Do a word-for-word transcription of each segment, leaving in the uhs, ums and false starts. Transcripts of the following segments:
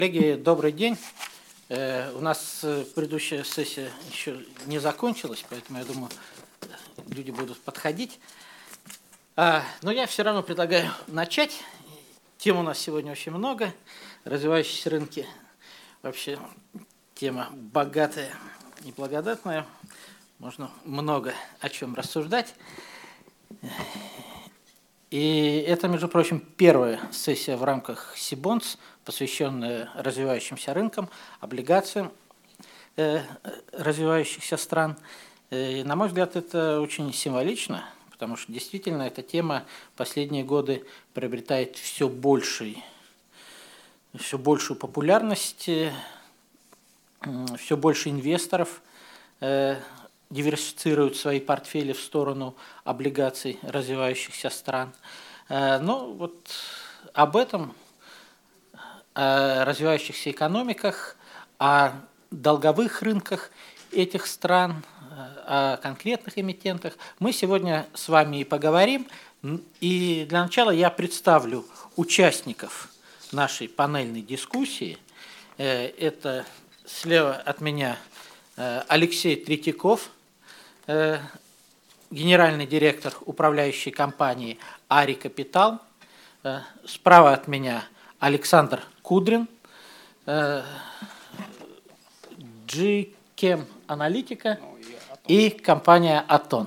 Коллеги, добрый день. У нас предыдущая сессия еще не закончилась, поэтому, я думаю, люди будут подходить. Но я все равно предлагаю начать. Тем у нас сегодня очень много. Развивающиеся рынки. Вообще тема богатая и благодатная. Можно много о чем рассуждать. И это, между прочим, первая сессия в рамках Сибонс, посвященная развивающимся рынкам, облигациям э, развивающихся стран. И, на мой взгляд, это очень символично, потому что действительно эта тема последние годы приобретает все больший, все большую популярность, э, все больше инвесторов э, диверсифицируют свои портфели в сторону облигаций развивающихся стран. Но вот об этом, о развивающихся экономиках, о долговых рынках этих стран, о конкретных эмитентах мы сегодня с вами и поговорим. И для начала я представлю участников нашей панельной дискуссии. Это слева от меня Алексей Третьяков, генеральный директор управляющей компании Ари Капитал. Справа от меня Александр Кудрин, G-Chem Аналитика и компания Атон.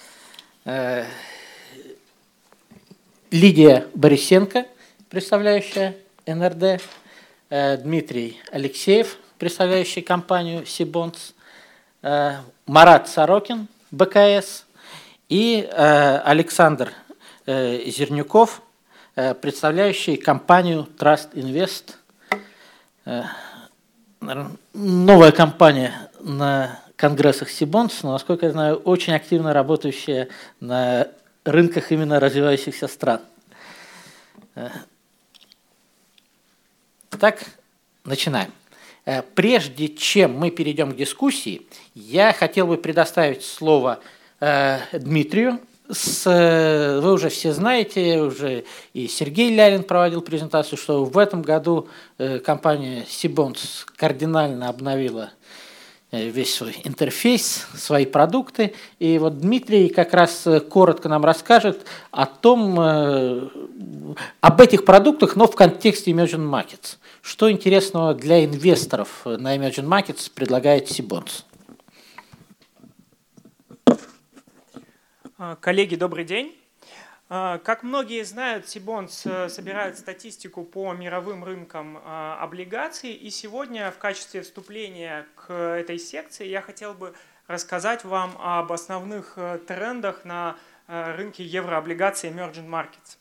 Лидия Борисенко, представляющая эн эр дэ, Дмитрий Алексеев, представляющий компанию Сибонс, Марат Сорокин, бэ ка эс, и Александр Зернюков, представляющий компанию Trust Invest. Новая компания на конгрессах Сибонс, но, насколько я знаю, очень активно работающая на рынках именно развивающихся стран. Так, начинаем. Прежде чем мы перейдем к дискуссии, я хотел бы предоставить слово э, Дмитрию. С, э, вы уже все знаете, уже и Сергей Лялин проводил презентацию, что в этом году э, компания Сибонс кардинально обновила э, весь свой интерфейс, свои продукты. И вот Дмитрий как раз коротко нам расскажет о том, э, об этих продуктах, но в контексте Emerging Markets. Что интересного для инвесторов на Emerging Markets предлагает Сибонс? Коллеги, добрый день. Как многие знают, Сибонс собирает статистику по мировым рынкам облигаций. И сегодня в качестве вступления к этой секции я хотел бы рассказать вам об основных трендах на рынке еврооблигаций Emerging Markets.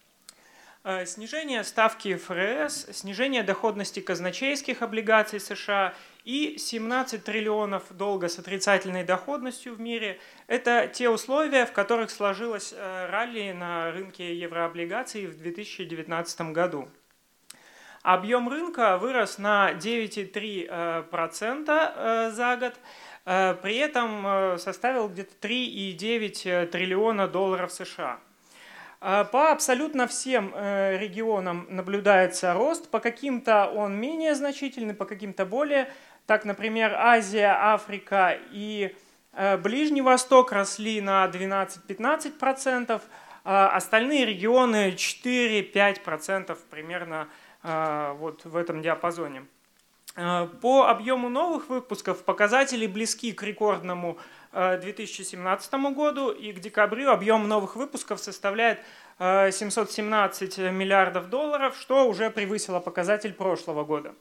Снижение ставки эф эр эс, снижение доходности казначейских облигаций США и семнадцать триллионов долга с отрицательной доходностью в мире – это те условия, в которых сложилось ралли на рынке еврооблигаций в две тысячи девятнадцатом году. Объем рынка вырос на девять целых три десятых процента за год, при этом составил где-то три целых девять десятых триллиона долларов США. По абсолютно всем регионам наблюдается рост, по каким-то он менее значительный, по каким-то более. Так, например, Азия, Африка и Ближний Восток росли на двенадцать-пятнадцать процентов, остальные регионы четыре-пять процентов примерно вот в этом диапазоне. По объему новых выпусков показатели близки к рекордному две тысячи семнадцатому году, и к декабрю объем новых выпусков составляет семьсот семнадцать миллиардов долларов, что уже превысило показатель прошлого года.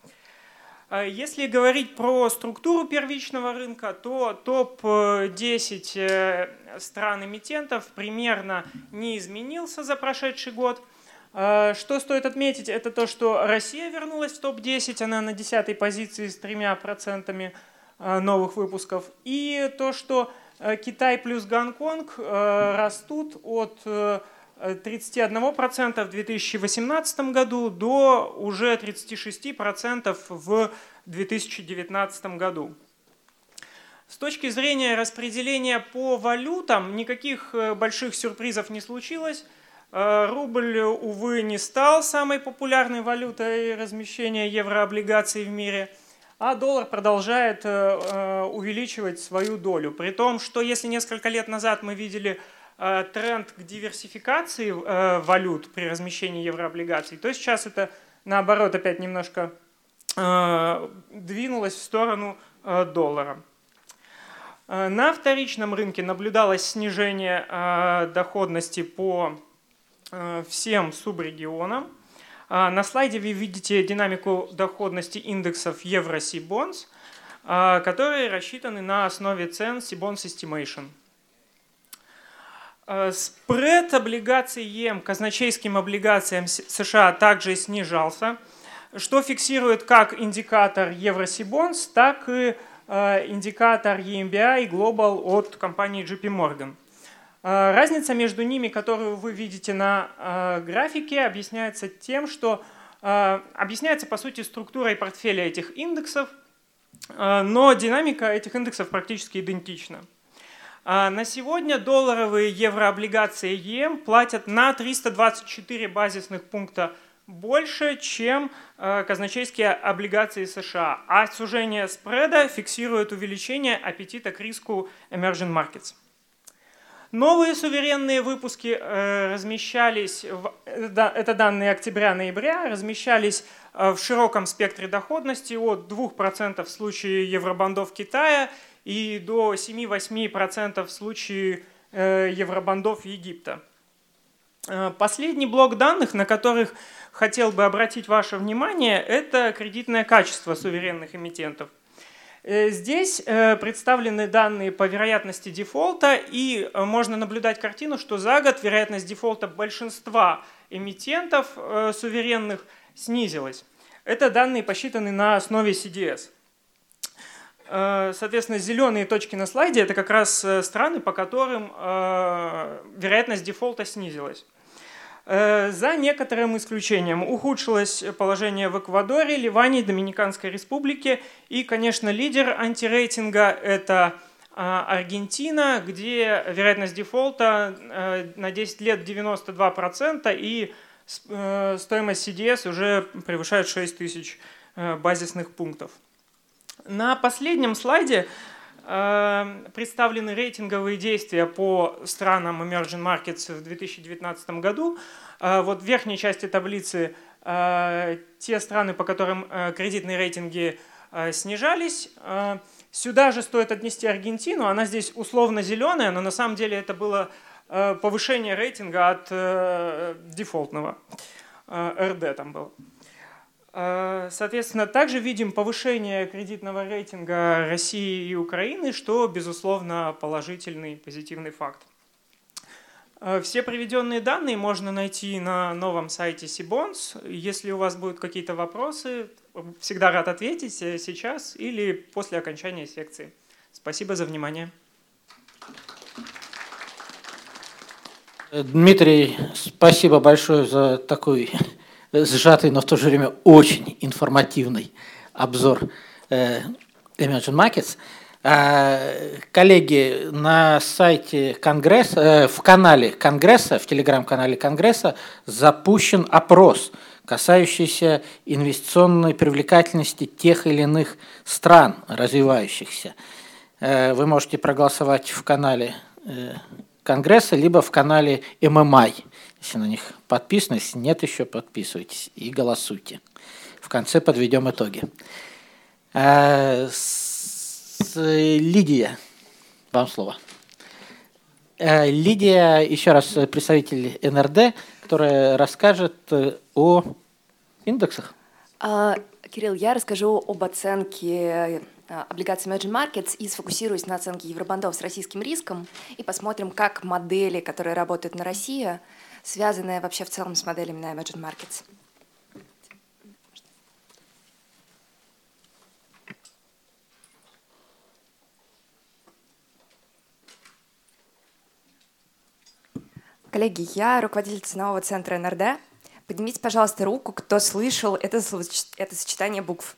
Если говорить про структуру первичного рынка, то топ десять стран-эмитентов примерно не изменился за прошедший год. Что стоит отметить, это то, что Россия вернулась в топ десять, она на десятой позиции с тремя процентами новых выпусков. И то, что Китай плюс Гонконг растут от тридцати одного процента в две тысячи восемнадцатом году до уже тридцати шести процентов в две тысячи девятнадцатом году. С точки зрения распределения по валютам никаких больших сюрпризов не случилось. Рубль, увы, не стал самой популярной валютой размещения еврооблигаций в мире, а доллар продолжает увеличивать свою долю. При том, что если несколько лет назад мы видели тренд к диверсификации валют при размещении еврооблигаций, то сейчас это, наоборот, опять немножко двинулось в сторону доллара. На вторичном рынке наблюдалось снижение доходности по всем субрегионам. На слайде вы видите динамику доходности индексов Евро-Сибонс, которые рассчитаны на основе цен Сибонс Estimation. Спред облигаций ЕМ к казначейским облигациям США также снижался, что фиксирует как индикатор Евро-Сибонс, так и индикатор и эм би ай Global от компании джей пи Morgan. Разница между ними, которую вы видите на графике, объясняется тем, что объясняется по сути структурой портфеля этих индексов, но динамика этих индексов практически идентична. На сегодня долларовые еврооблигации ЕМ платят на триста двадцать четыре базисных пункта больше, чем казначейские облигации США, а сужение спреда фиксирует увеличение аппетита к риску emerging markets. Новые суверенные выпуски размещались, это данные октября-ноября, размещались в широком спектре доходности от двух процентов в случае евробондов Китая и до семи-восьми процентов в случае евробондов Египта. Последний блок данных, на которых хотел бы обратить ваше внимание, это кредитное качество суверенных эмитентов. Здесь представлены данные по вероятности дефолта, и можно наблюдать картину, что за год вероятность дефолта большинства эмитентов суверенных снизилась. Это данные посчитаны на основе си ди эс. Соответственно, зеленые точки на слайде – это как раз страны, по которым вероятность дефолта снизилась. За некоторым исключением ухудшилось положение в Эквадоре, Ливане, Доминиканской Республике. И, конечно, лидер антирейтинга – это Аргентина, где вероятность дефолта на десять лет девяносто два процента и стоимость си ди эс уже превышает шесть тысяч базисных пунктов. На последнем слайде представлены рейтинговые действия по странам Emerging Markets в две тысячи девятнадцатом году. Вот в верхней части таблицы те страны, по которым кредитные рейтинги снижались. Сюда же стоит отнести Аргентину. Она здесь условно зеленая, но на самом деле это было повышение рейтинга от дефолтного. эр дэ там был. Соответственно, также видим повышение кредитного рейтинга России и Украины, что, безусловно, положительный, позитивный факт. Все приведенные данные можно найти на новом сайте Сибонс. Если у вас будут какие-то вопросы, всегда рад ответить сейчас или после окончания секции. Спасибо за внимание. Дмитрий, спасибо большое за такой сжатый, но в то же время очень информативный обзор Emerging Markets. Коллеги, на сайте Конгресса, в канале Конгресса, в телеграм-канале Конгресса запущен опрос, касающийся инвестиционной привлекательности тех или иных стран развивающихся. Вы можете проголосовать в канале Конгресса, либо в канале эм эм ай. Если на них подписаны, если нет еще, подписывайтесь и голосуйте. В конце подведем итоги. Лидия, вам слово. Лидия, еще раз представитель эн эр дэ, которая расскажет о индексах. Кирилл, я расскажу об оценке облигаций Emerging Markets и сфокусируюсь на оценке евробондов с российским риском и посмотрим, как модели, которые работают на России, связаны вообще в целом с моделями на Emerging Markets. Коллеги, я руководитель ценового центра эн эр дэ. Поднимите, пожалуйста, руку, кто слышал это, это сочетание букв.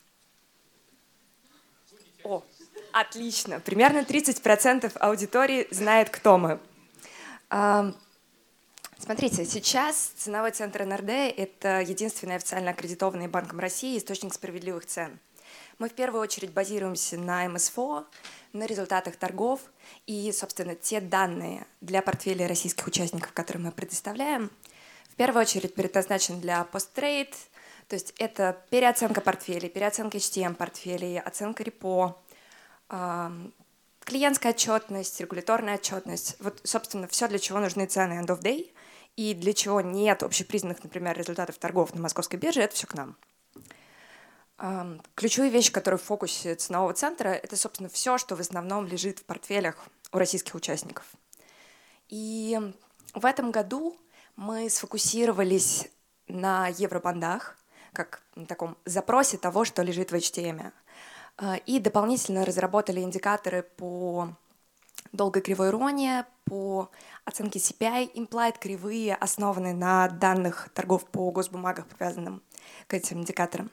О, отлично. Примерно тридцать процентов аудитории знает, кто мы. Смотрите, сейчас ценовой центр эн эр дэ – это единственный официально аккредитованный Банком России источник справедливых цен. Мы в первую очередь базируемся на эм эс эф о, на результатах торгов, и, собственно, те данные для портфелей российских участников, которые мы предоставляем, в первую очередь предназначены для пост-трейд, то есть это переоценка портфелей, переоценка эйч ти эм-портфелей, оценка репо, клиентская отчетность, регуляторная отчетность. Вот, собственно, все, для чего нужны цены end of day, и для чего нет общепризнанных, например, результатов торгов на московской бирже, это все к нам. Ключевые вещи, которые в фокусе ценового центра, это, собственно, все, что в основном лежит в портфелях у российских участников. И в этом году мы сфокусировались на евробандах, как на таком запросе того, что лежит в эйч ти эм. И дополнительно разработали индикаторы по долгой кривой Рони, по оценке си пи ай, implied кривые, основанные на данных торгов по госбумагам, привязанным к этим индикаторам.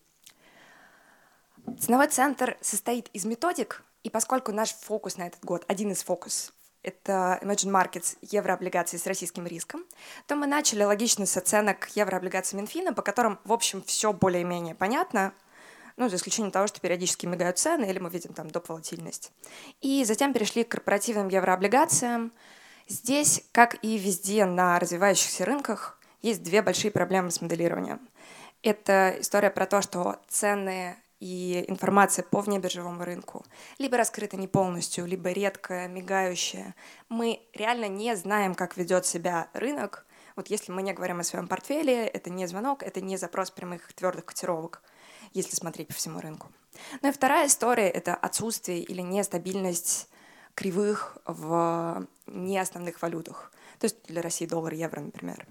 Ценовой центр состоит из методик, и поскольку наш фокус на этот год, один из фокусов, это Emerging Markets, еврооблигации с российским риском, то мы начали логично с оценок еврооблигаций Минфина, по которым, в общем, все более-менее понятно, ну, за исключением того, что периодически мигают цены, или мы видим там доп. Волатильность. И затем перешли к корпоративным еврооблигациям. Здесь, как и везде на развивающихся рынках, есть две большие проблемы с моделированием. Это история про то, что цены и информация по внебиржевому рынку либо раскрыта не полностью, либо редкая, мигающая. Мы реально не знаем, как ведет себя рынок. Вот если мы не говорим о своем портфеле, это не звонок, это не запрос прямых твердых котировок, если смотреть по всему рынку. Ну и вторая история – это отсутствие или нестабильность кривых в неосновных валютах. То есть для России доллар, евро, например.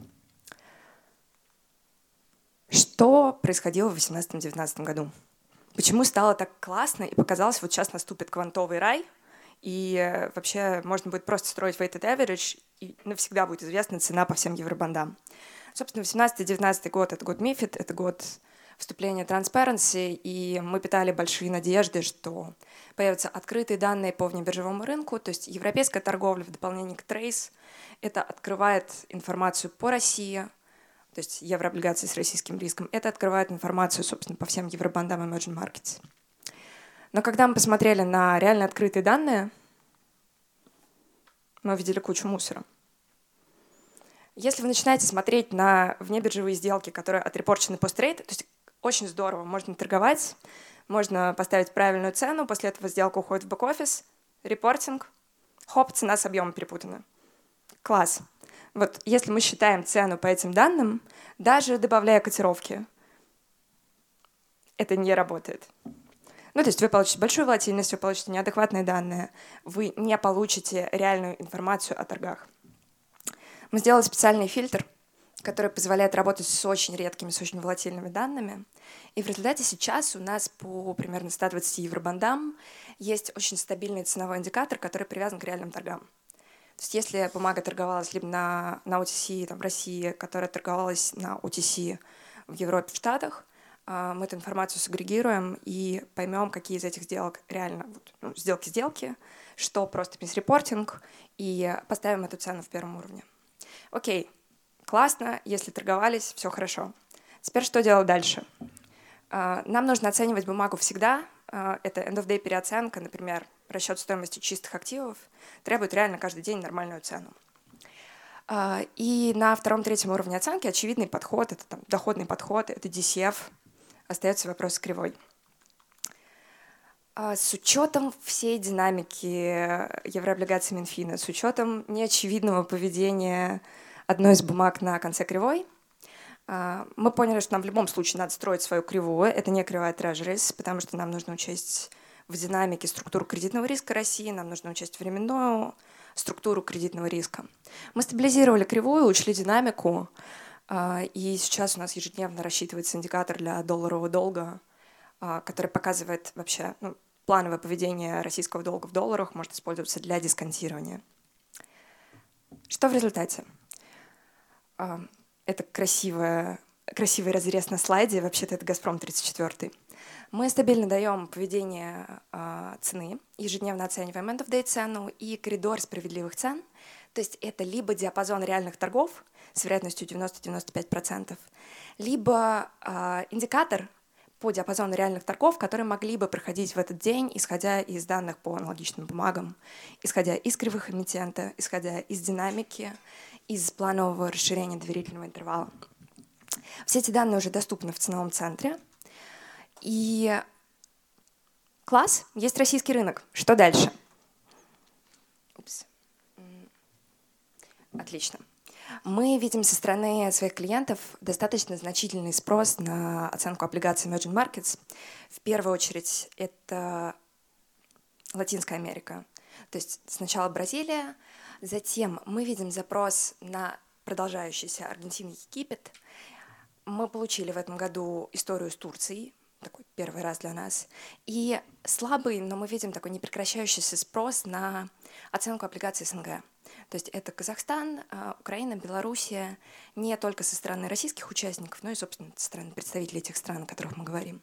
Что происходило в две тысячи восемнадцатом — две тысячи девятнадцатом году? Почему стало так классно и показалось, вот сейчас наступит квантовый рай, и вообще можно будет просто строить weighted average, и навсегда будет известна цена по всем евробандам. Собственно, восемнадцатый — девятнадцатый год – это год мифид, это год вступления Transparency, и мы питали большие надежды, что появятся открытые данные по внебиржевому рынку, то есть европейская торговля в дополнение к Trace, это открывает информацию по России, то есть еврооблигации с российским риском, это открывает информацию, собственно, по всем евробандам и Emerging Markets. Но когда мы посмотрели на реально открытые данные, мы увидели кучу мусора. Если вы начинаете смотреть на внебиржевые сделки, которые отрепорчены пост-трейд, то есть очень здорово, можно торговать, можно поставить правильную цену, после этого сделка уходит в бэк-офис, репортинг, хоп, цена с объемом перепутана. Класс. Вот если мы считаем цену по этим данным, даже добавляя котировки, это не работает. Ну, то есть вы получите большую волатильность, вы получите неадекватные данные, вы не получите реальную информацию о торгах. Мы сделали специальный фильтр, который позволяет работать с очень редкими, с очень волатильными данными. И в результате сейчас у нас по примерно ста двадцати евробандам есть очень стабильный ценовой индикатор, который привязан к реальным торгам. То есть если бумага торговалась либо на, на о ти си там, в России, которая торговалась на о ти си в Европе, в Штатах, мы эту информацию сагрегируем и поймем, какие из этих сделок реально вот, ну, сделки-сделки, что просто мисрепортинг, и поставим эту цену в первом уровне. Окей, классно, если торговались, все хорошо. Теперь что делать дальше? Нам нужно оценивать бумагу всегда. Это end-of-day переоценка, например, расчет стоимости чистых активов, требует реально каждый день нормальную цену. И на втором-третьем уровне оценки очевидный подход, это там, доходный подход, это ди си эф, остается вопрос с кривой. С учетом всей динамики еврооблигаций Минфина, с учетом неочевидного поведения одной из бумаг на конце кривой, мы поняли, что нам в любом случае надо строить свою кривую. Это не кривая Treasuries, потому что нам нужно учесть в динамике структуру кредитного риска России, нам нужно учесть временную структуру кредитного риска. Мы стабилизировали кривую, учли динамику, и сейчас у нас ежедневно рассчитывается индикатор для долларового долга, который показывает вообще ну, плановое поведение российского долга в долларах, может использоваться для дисконтирования. Что в результате? Это красивая, красивый разрез на слайде, вообще-то это «Газпром» тридцать четвёртый. Мы стабильно даем поведение э, цены, ежедневно оцениваем end-of-day цену и коридор справедливых цен. То есть это либо диапазон реальных торгов с вероятностью девяносто — девяносто пять процентов, либо э, индикатор по диапазону реальных торгов, которые могли бы проходить в этот день, исходя из данных по аналогичным бумагам, исходя из кривых эмитента, исходя из динамики, из планового расширения доверительного интервала. Все эти данные уже доступны в ценовом центре. И класс, есть российский рынок. Что дальше? Упс. Отлично. Мы видим со стороны своих клиентов достаточно значительный спрос на оценку облигаций Emerging Markets. В первую очередь это Латинская Америка. То есть сначала Бразилия, затем мы видим запрос на продолжающийся Аргентина и Египет. Мы получили в этом году историю с Турцией, такой первый раз для нас. И слабый, но мы видим такой непрекращающийся спрос на оценку облигаций СНГ. То есть это Казахстан, Украина, Белоруссия, не только со стороны российских участников, но и, собственно, со стороны представителей тех стран, о которых мы говорим.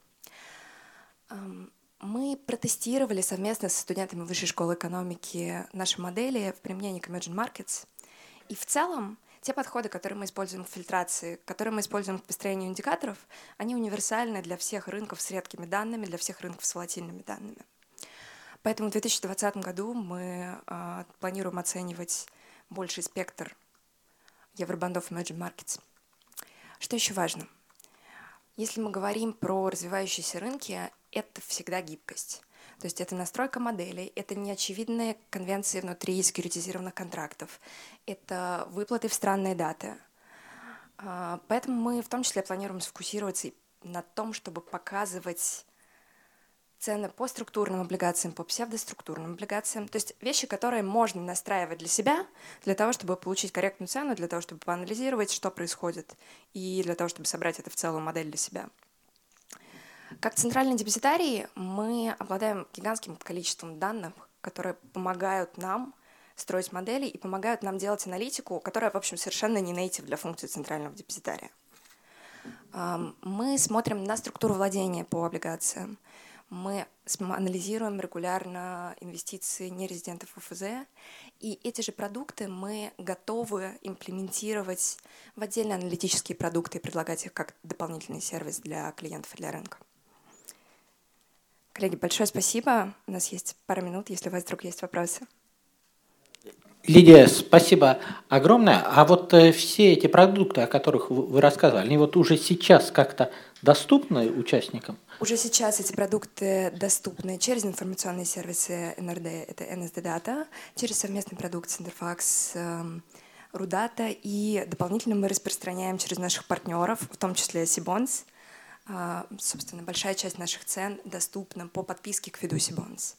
Мы протестировали совместно со студентами Высшей школы экономики наши модели в применении к Emerging Markets. И в целом те подходы, которые мы используем в фильтрации, которые мы используем к построению индикаторов, они универсальны для всех рынков с редкими данными, для всех рынков с волатильными данными. Поэтому в две тысячи двадцатом году мы э, планируем оценивать больший спектр евробандов Emerging Markets. Что еще важно? Если мы говорим про развивающиеся рынки, это всегда гибкость. То есть это настройка моделей, это неочевидные конвенции внутри секьюритизированных контрактов, это выплаты в странные даты. Поэтому мы в том числе планируем сфокусироваться на том, чтобы показывать цены по структурным облигациям, по псевдоструктурным облигациям. То есть вещи, которые можно настраивать для себя, для того, чтобы получить корректную цену, для того, чтобы поанализировать, что происходит, и для того, чтобы собрать это в целую модель для себя. Как центральный депозитарий мы обладаем гигантским количеством данных, которые помогают нам строить модели и помогают нам делать аналитику, которая, в общем, совершенно не нейтив для функции центрального депозитария. Мы смотрим на структуру владения по облигациям. Мы анализируем регулярно инвестиции нерезидентов ОФЗ, и эти же продукты мы готовы имплементировать в отдельные аналитические продукты и предлагать их как дополнительный сервис для клиентов и для рынка. Коллеги, большое спасибо. У нас есть пара минут, если у вас вдруг есть вопросы. Лидия, спасибо огромное. А вот э, все эти продукты, о которых вы, вы рассказывали, они вот уже сейчас как-то доступны участникам? Уже сейчас эти продукты доступны через информационные сервисы эн эр дэ, это эн эс дэ Data, через совместный продукт Центрфакс, Рудата, и дополнительно мы распространяем через наших партнеров, в том числе Сибонс. Собственно, большая часть наших цен доступна по подписке к Fiducia Bonds.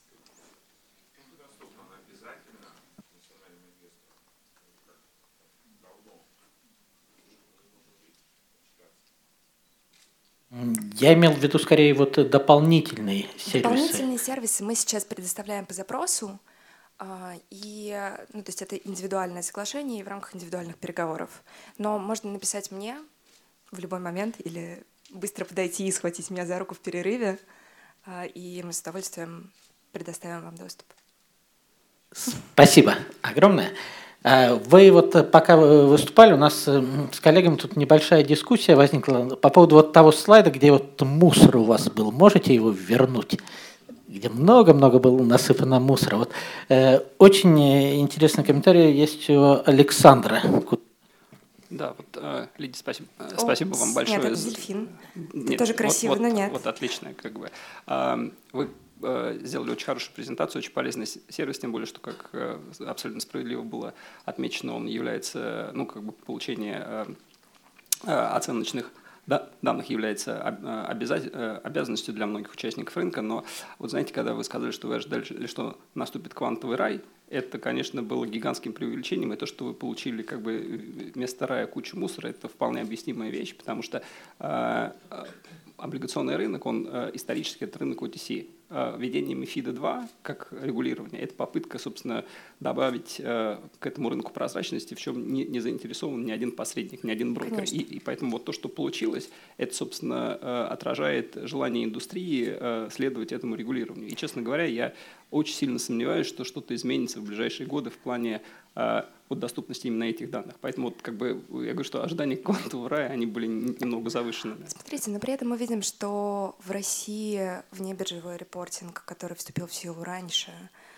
Я имел в виду скорее вот дополнительные сервисы. Дополнительные сервисы мы сейчас предоставляем по запросу, и, ну, то есть это индивидуальное соглашение и в рамках индивидуальных переговоров. Но можно написать мне в любой момент или быстро подойти и схватить меня за руку в перерыве, и мы с удовольствием предоставим вам доступ. Спасибо огромное. Вы вот пока выступали, у нас с коллегами тут небольшая дискуссия возникла по поводу вот того слайда, где вот мусор у вас был. Можете его вернуть? Где много-много было насыпано мусора. Вот, э, очень интересный комментарий есть у Александра. Да, вот, э, Лидия, спасибо, О, спасибо вам большое. Нет, это дельфин. Нет, Ты тоже красивый, вот, но вот, нет. Вот отлично, как бы. Вы сделали очень хорошую презентацию, очень полезный сервис, тем более, что, как абсолютно справедливо было отмечено, он является, ну, как бы получение оценочных данных является обязанностью для многих участников рынка, но вот знаете, когда вы сказали, что вы ожидали, что наступит квантовый рай, это, конечно, было гигантским преувеличением, и то, что вы получили как бы вместо рая кучу мусора, это вполне объяснимая вещь, потому что облигационный рынок, он исторически это рынок о ти си. введение мифида два как регулирование, это попытка, собственно, добавить к этому рынку прозрачности, в чем не, не заинтересован ни один посредник, ни один брокер. И, и поэтому вот то, что получилось, это, собственно, отражает желание индустрии следовать этому регулированию. И, честно говоря, я очень сильно сомневаюсь, что что-то изменится в ближайшие годы в плане от доступности именно этих данных. Поэтому вот, как бы, я говорю, что ожидания квантового рая, они были немного завышены. Смотрите, но при этом мы видим, что в России внебиржевой репортинг, который вступил в силу раньше,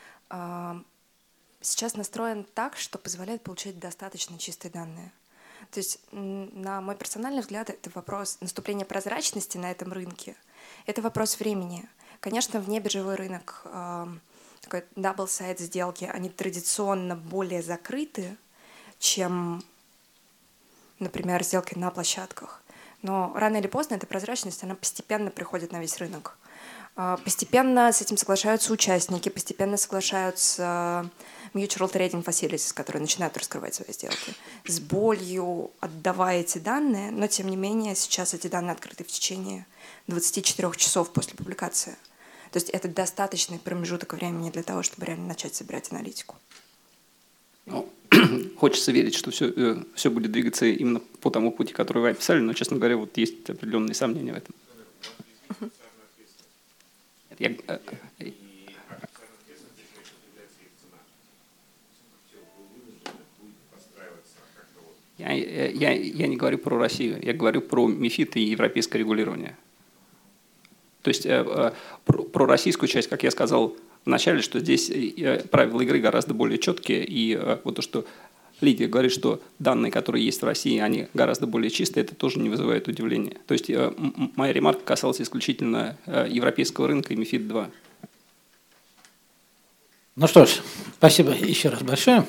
сейчас настроен так, что позволяет получать достаточно чистые данные. То есть, на мой персональный взгляд, это вопрос наступления прозрачности на этом рынке. Это вопрос времени. Конечно, внебиржевой рынок, такой double-side сделки, они традиционно более закрыты, чем, например, сделки на площадках. Но рано или поздно эта прозрачность, она постепенно приходит на весь рынок. Постепенно с этим соглашаются участники, постепенно соглашаются mutual trading facilities, которые начинают раскрывать свои сделки. С болью отдавая эти данные, но тем не менее сейчас эти данные открыты в течение двадцати четырёх часов после публикации. То есть это достаточный промежуток времени для того, чтобы реально начать собирать аналитику. Ну, хочется верить, что все, все будет двигаться именно по тому пути, который вы описали, но, честно говоря, вот есть определенные сомнения в этом. Я, я, я, я не говорю про Россию, я говорю про мифид и европейское регулирование. То есть про, про российскую часть, как я сказал вначале, что здесь правила игры гораздо более четкие, и вот то, что Лидия говорит, что данные, которые есть в России, они гораздо более чистые, это тоже не вызывает удивления. То есть моя ремарка касалась исключительно европейского рынка и мифид два. Ну что ж, спасибо еще раз большое.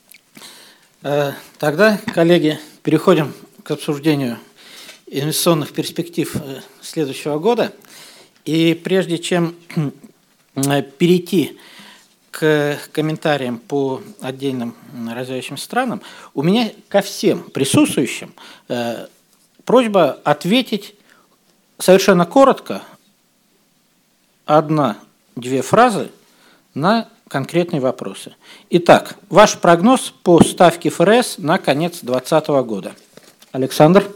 Тогда, коллеги, переходим к обсуждению инвестиционных перспектив следующего года. И прежде чем перейти к комментариям по отдельным развивающимся странам, у меня ко всем присутствующим просьба ответить совершенно коротко, одна-две фразы на конкретные вопросы. Итак, ваш прогноз по ставке ФРС на конец две тысячи двадцатого года. Александр?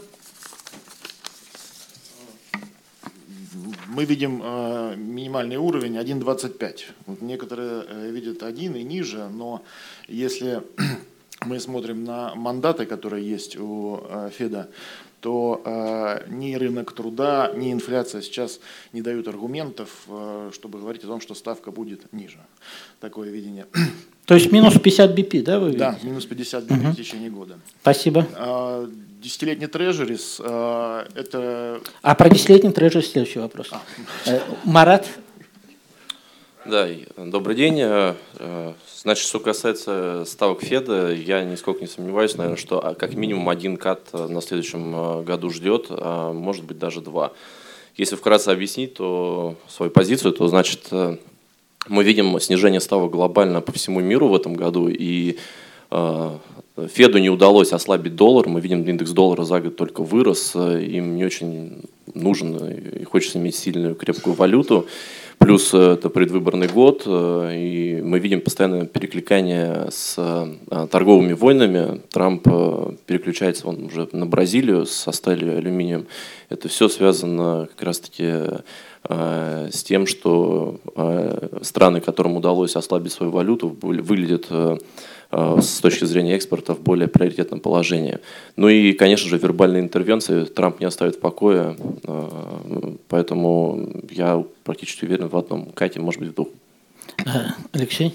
Мы видим э, минимальный уровень один целых двадцать пять сотых. Вот некоторые э, видят один и ниже, но если мы смотрим на мандаты, которые есть у э, Феда, то э, ни рынок труда, ни инфляция сейчас не дают аргументов, э, чтобы говорить о том, что ставка будет ниже. Такое видение. То есть минус пятьдесят би пи, да, вы видите? Да, минус пятьдесят би пи угу. в течение года. Спасибо. Десятилетний трежерис – это… А про десятилетний трежерис следующий вопрос. А. Марат? Да, добрый день. Значит, что касается ставок Феда, я нисколько не сомневаюсь, наверное, что как минимум один кат на следующем году ждет, а может быть даже два. Если вкратце объяснить то свою позицию, то значит мы видим снижение ставок глобально по всему миру в этом году, и Феду не удалось ослабить доллар, мы видим, индекс доллара за год только вырос, им не очень нужен и хочется иметь сильную крепкую валюту, плюс это предвыборный год, и мы видим постоянное перекликание с торговыми войнами, Трамп переключается он уже на Бразилию со сталью и алюминием, это все связано как раз-таки с тем, что страны, которым удалось ослабить свою валюту, выглядят с точки зрения экспорта в более приоритетном положении. Ну и, конечно же, вербальные интервенции Трамп не оставит в покое, поэтому я практически уверен в одном кате, может быть, в двух. Алексей?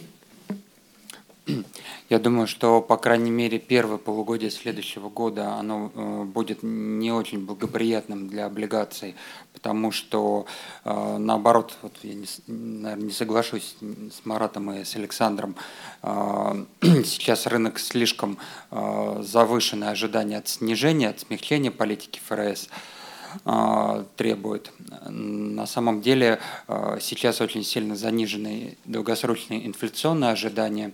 Я думаю, что, по крайней мере, первое полугодие следующего года оно будет не очень благоприятным для облигаций, потому что, наоборот, вот я, не, наверное, не соглашусь с Маратом и с Александром, сейчас рынок слишком завышенное ожидание от снижения, от смягчения политики ФРС требует. На самом деле сейчас очень сильно занижены долгосрочные инфляционные ожидания.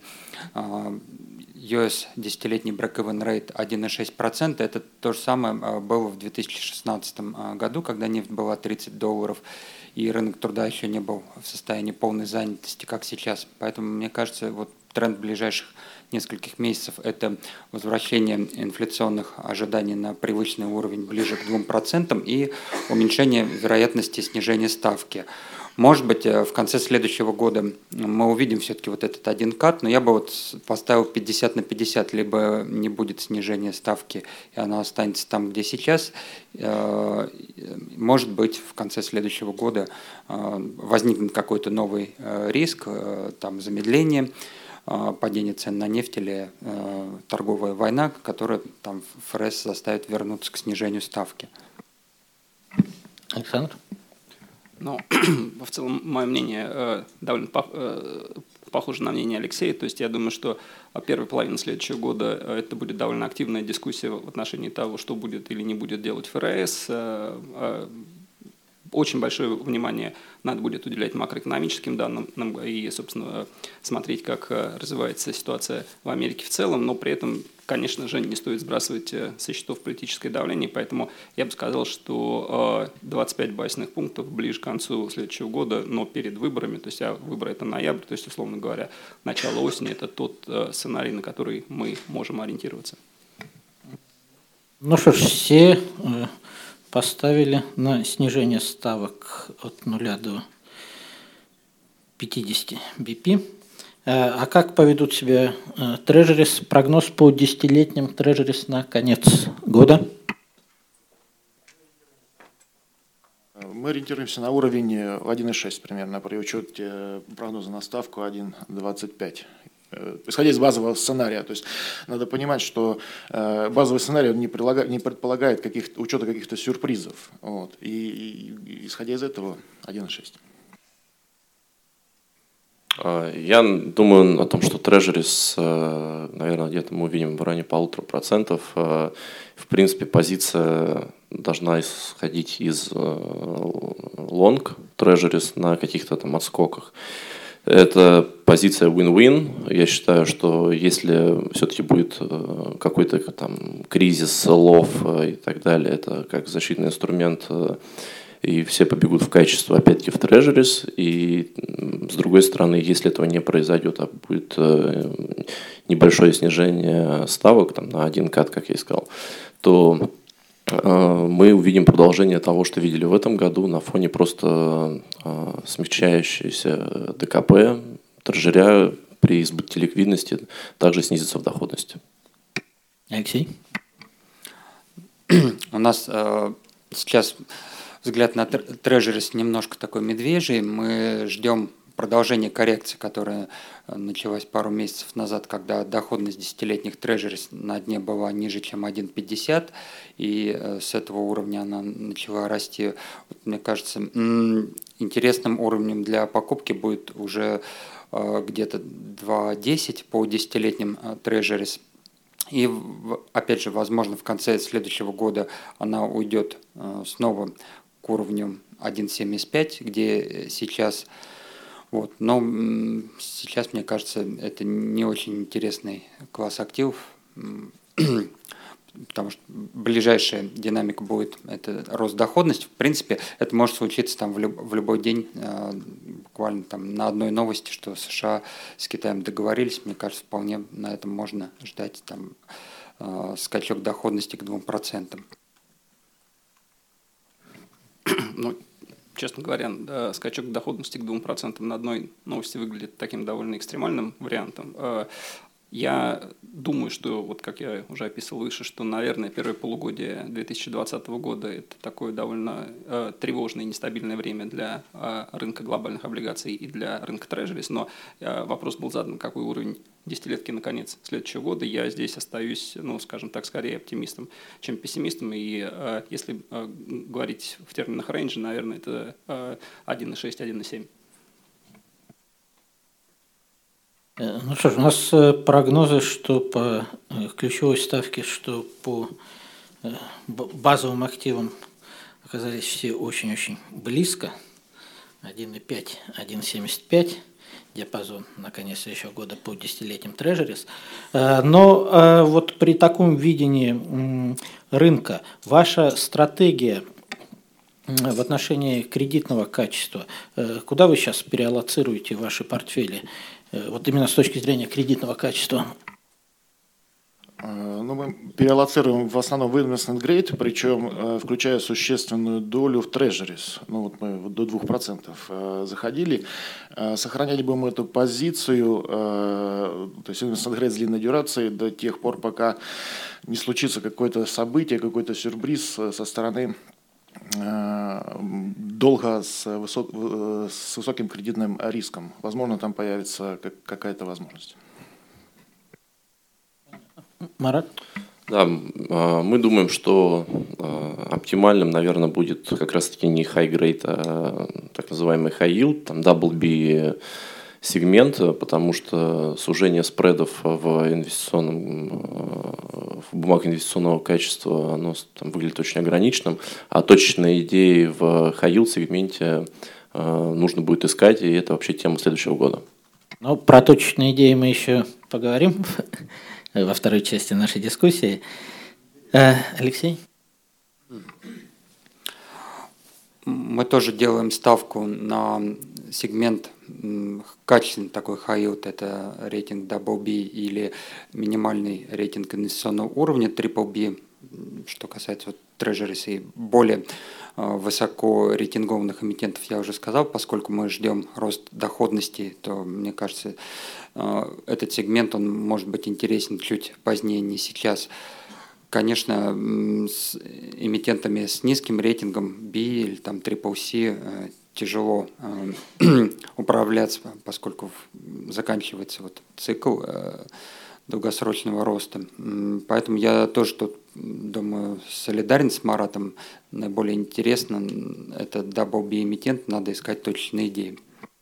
ю эс десятилетний break-even rate один целых шесть десятых процента. Это то же самое было в две тысячи шестнадцатом году, когда нефть была тридцать долларов. и рынок труда еще не был в состоянии полной занятости, как сейчас. Поэтому, мне кажется, вот тренд ближайших нескольких месяцев – это возвращение инфляционных ожиданий на привычный уровень ближе к двум процентам и уменьшение вероятности снижения ставки. Может быть, в конце следующего года мы увидим все-таки вот этот один кат, но я бы вот поставил пятьдесят на пятьдесят, либо не будет снижения ставки, и она останется там, где сейчас. Может быть, в конце следующего года возникнет какой-то новый риск, там замедление, падение цен на нефть или торговая война, которая там ФРС заставит вернуться к снижению ставки. Александр? Ну, в целом, мое мнение довольно похоже на мнение Алексея. То есть я думаю, что первая половина следующего года это будет довольно активная дискуссия в отношении того, что будет или не будет делать ФРС. Очень большое внимание надо будет уделять макроэкономическим данным и, собственно, смотреть, как развивается ситуация в Америке в целом, но при этом, конечно же, не стоит сбрасывать со счетов политическое давление, поэтому я бы сказал, что двадцать пять базисных пунктов ближе к концу следующего года, но перед выборами, то есть а выборы это ноябрь, то есть, условно говоря, начало осени – это тот сценарий, на который мы можем ориентироваться. Ну что ж, все поставили на снижение ставок от нуля до пятидесяти би пи. А как поведут себя трежерис? Прогноз по десятилетним трежерис на конец года? Мы ориентируемся на уровень один и шесть примерно при учете прогноза на ставку один и двадцать пять. Исходя из базового сценария, то есть надо понимать, что э, базовый сценарий не, прилагает, не предполагает каких учета каких-то сюрпризов. Вот, и, и, и исходя из этого один и шесть. Я думаю о том, что трежерис, наверное, где-то мы увидим в районе полутора процентов. В принципе, позиция должна исходить из лонг трежерис на каких-то там отскоках. Это позиция win-win. Я считаю, что если все-таки будет какой-то там кризис, лов и так далее, это как защитный инструмент, и все побегут в качество, опять-таки, в трежерис. И с другой стороны, если этого не произойдет, а будет небольшое снижение ставок там, на один кат, как я и сказал, то мы увидим продолжение того, что видели в этом году на фоне просто смягчающейся ДКП, трежеря при избытке ликвидности также снизится в доходности. Алексей? У нас э, сейчас взгляд на трежерис немножко такой медвежий. Мы ждем продолжение коррекции, которая началась пару месяцев назад, когда доходность десятилетних трежерис на дне была ниже, чем один целых пятьдесят сотых, и с этого уровня она начала расти. Вот, мне кажется, интересным уровнем для покупки будет уже где-то два десять по десятилетним трежерис. И, опять же, возможно, в конце следующего года она уйдет снова к уровню один целых семьдесят пять сотых, где сейчас. Вот. Но сейчас, мне кажется, это не очень интересный класс активов, потому что ближайшая динамика будет это рост доходности. В принципе, это может случиться там в, люб, в любой день, буквально там на одной новости, что США с Китаем договорились. Мне кажется, вполне на этом можно ждать там скачок доходности к двум процентам. Ну, честно говоря, да, скачок доходности к двум процентам на одной новости выглядит таким довольно экстремальным вариантом. Я думаю, что, вот как я уже описывал выше, что, наверное, первое полугодие две тысячи двадцатого года – это такое довольно э, тревожное и нестабильное время для э, рынка глобальных облигаций и для рынка трежерис, но э, вопрос был задан, какой уровень десятилетки на конец следующего года. Я здесь остаюсь, ну, скажем так, скорее оптимистом, чем пессимистом, и э, если э, говорить в терминах рейнджа, наверное, это э, один целых шесть сотых - один целых семь сотых. Ну что ж, у нас прогнозы, что по ключевой ставке, что по базовым активам оказались все очень-очень близко. один целых пять - один целых семьдесят пять сотых диапазон на конец следующего года по десятилетним трежерис. Но вот при таком видении рынка ваша стратегия в отношении кредитного качества, куда вы сейчас переаллоцируете ваши портфели, вот именно с точки зрения кредитного качества? Ну, мы переаллоцируем в основном в investment grade, причем включая существенную долю в treasuries. Ну, вот мы до двух процентов заходили. Сохраняли бы мы эту позицию, то есть investment grade с длинной дюрацией до тех пор, пока не случится какое-то событие, какой-то сюрприз со стороны долга с, высок, с высоким кредитным риском. Возможно, там появится какая-то возможность. Марат? Да, мы думаем, что оптимальным, наверное, будет как раз-таки не high grade, а так называемый high yield, там double B сегмент, потому что сужение спредов в инвестиционном, в бумагах инвестиционного качества, оно там выглядит очень ограниченным, а точечные идеи в high yield сегменте нужно будет искать, и это вообще тема следующего года. Ну, про точечные идеи мы еще поговорим во второй части нашей дискуссии. Алексей? Мы тоже делаем ставку на сегмент качественный такой high yield, это рейтинг double B или минимальный рейтинг инвестиционного уровня triple B, что касается вот treasuries и более высоко рейтингованных эмитентов, я уже сказал, поскольку мы ждем рост доходности, то, мне кажется, этот сегмент, он может быть интересен чуть позднее, не сейчас. Конечно, с эмитентами с низким рейтингом B или там triple C тяжело управляться, поскольку заканчивается вот цикл долгосрочного роста. Поэтому я тоже тут, думаю, солидарен с Маратом. Наиболее интересно, это double B эмитент, надо искать точечные идеи.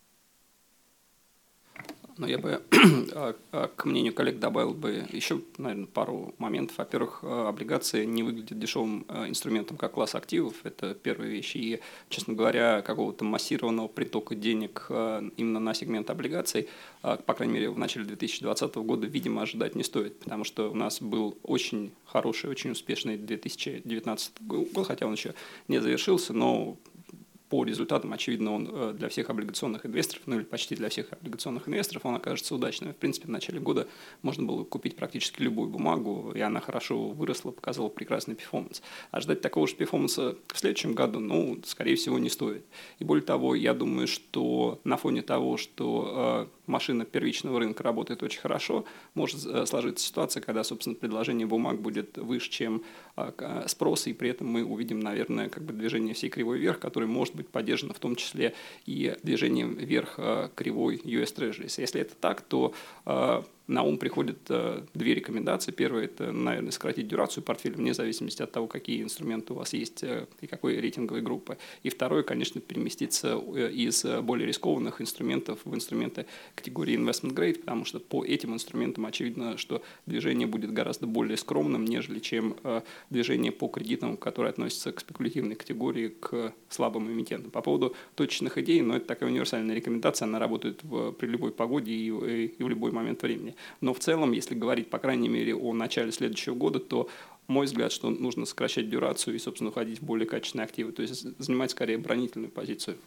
Но я бы к мнению коллег добавил бы еще, наверное, пару моментов. Во-первых, облигации не выглядят дешевым инструментом как класс активов. Это первая вещь. И, честно говоря, какого-то массированного притока денег именно на сегмент облигаций, по крайней мере, в начале две тысячи двадцатого года, видимо, ожидать не стоит. Потому что у нас был очень хороший, очень успешный две тысячи девятнадцатый год, хотя он еще не завершился, но по результатам, очевидно, он для всех облигационных инвесторов, ну или почти для всех облигационных инвесторов, он окажется удачным. В принципе, в начале года можно было купить практически любую бумагу, и она хорошо выросла, показала прекрасный перформанс. А ждать такого же перформанса в следующем году, ну, скорее всего, не стоит. И более того, я думаю, что на фоне того, что э, машина первичного рынка работает очень хорошо, может сложиться ситуация, когда, собственно, предложение бумаг будет выше, чем э, спрос, и при этом мы увидим, наверное, как бы движение всей кривой вверх, которое может быть поддержано в том числе и движением вверх э, кривой ю эс Treasuries. Если это так, то э, на ум приходят э, две рекомендации. Первая – это, наверное, сократить дюрацию портфеля, вне зависимости от того, какие инструменты у вас есть э, и какой рейтинговой группы. И второе, конечно, переместиться из более рискованных инструментов в инструменты категории investment grade, потому что по этим инструментам очевидно, что движение будет гораздо более скромным, нежели чем э, движение по кредитам, которые относятся к спекулятивной категории, к слабым эмитентам. По поводу точечных идей, но это такая универсальная рекомендация, она работает в, при любой погоде и, и, и в любой момент времени. Но в целом, если говорить, по крайней мере, о начале следующего года, то мой взгляд, что нужно сокращать дюрацию и, собственно, уходить в более качественные активы, то есть занимать скорее оборонительную позицию.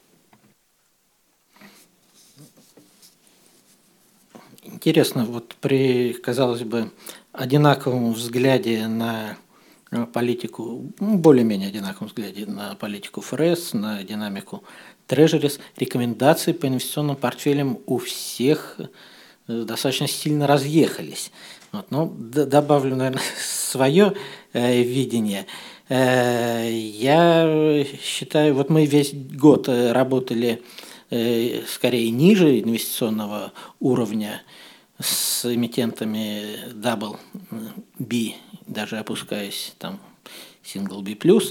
Интересно, вот при, казалось бы, одинаковом взгляде на политику, ну, более-менее одинаковом взгляде на политику эф эр эс, на динамику Treasuries, рекомендации по инвестиционным портфелям у всех достаточно сильно разъехались. Вот, ну, добавлю, наверное, свое э, видение. Э, я считаю, вот мы весь год работали э, скорее ниже инвестиционного уровня с эмитентами Double B, даже опускаясь там Single B плюс.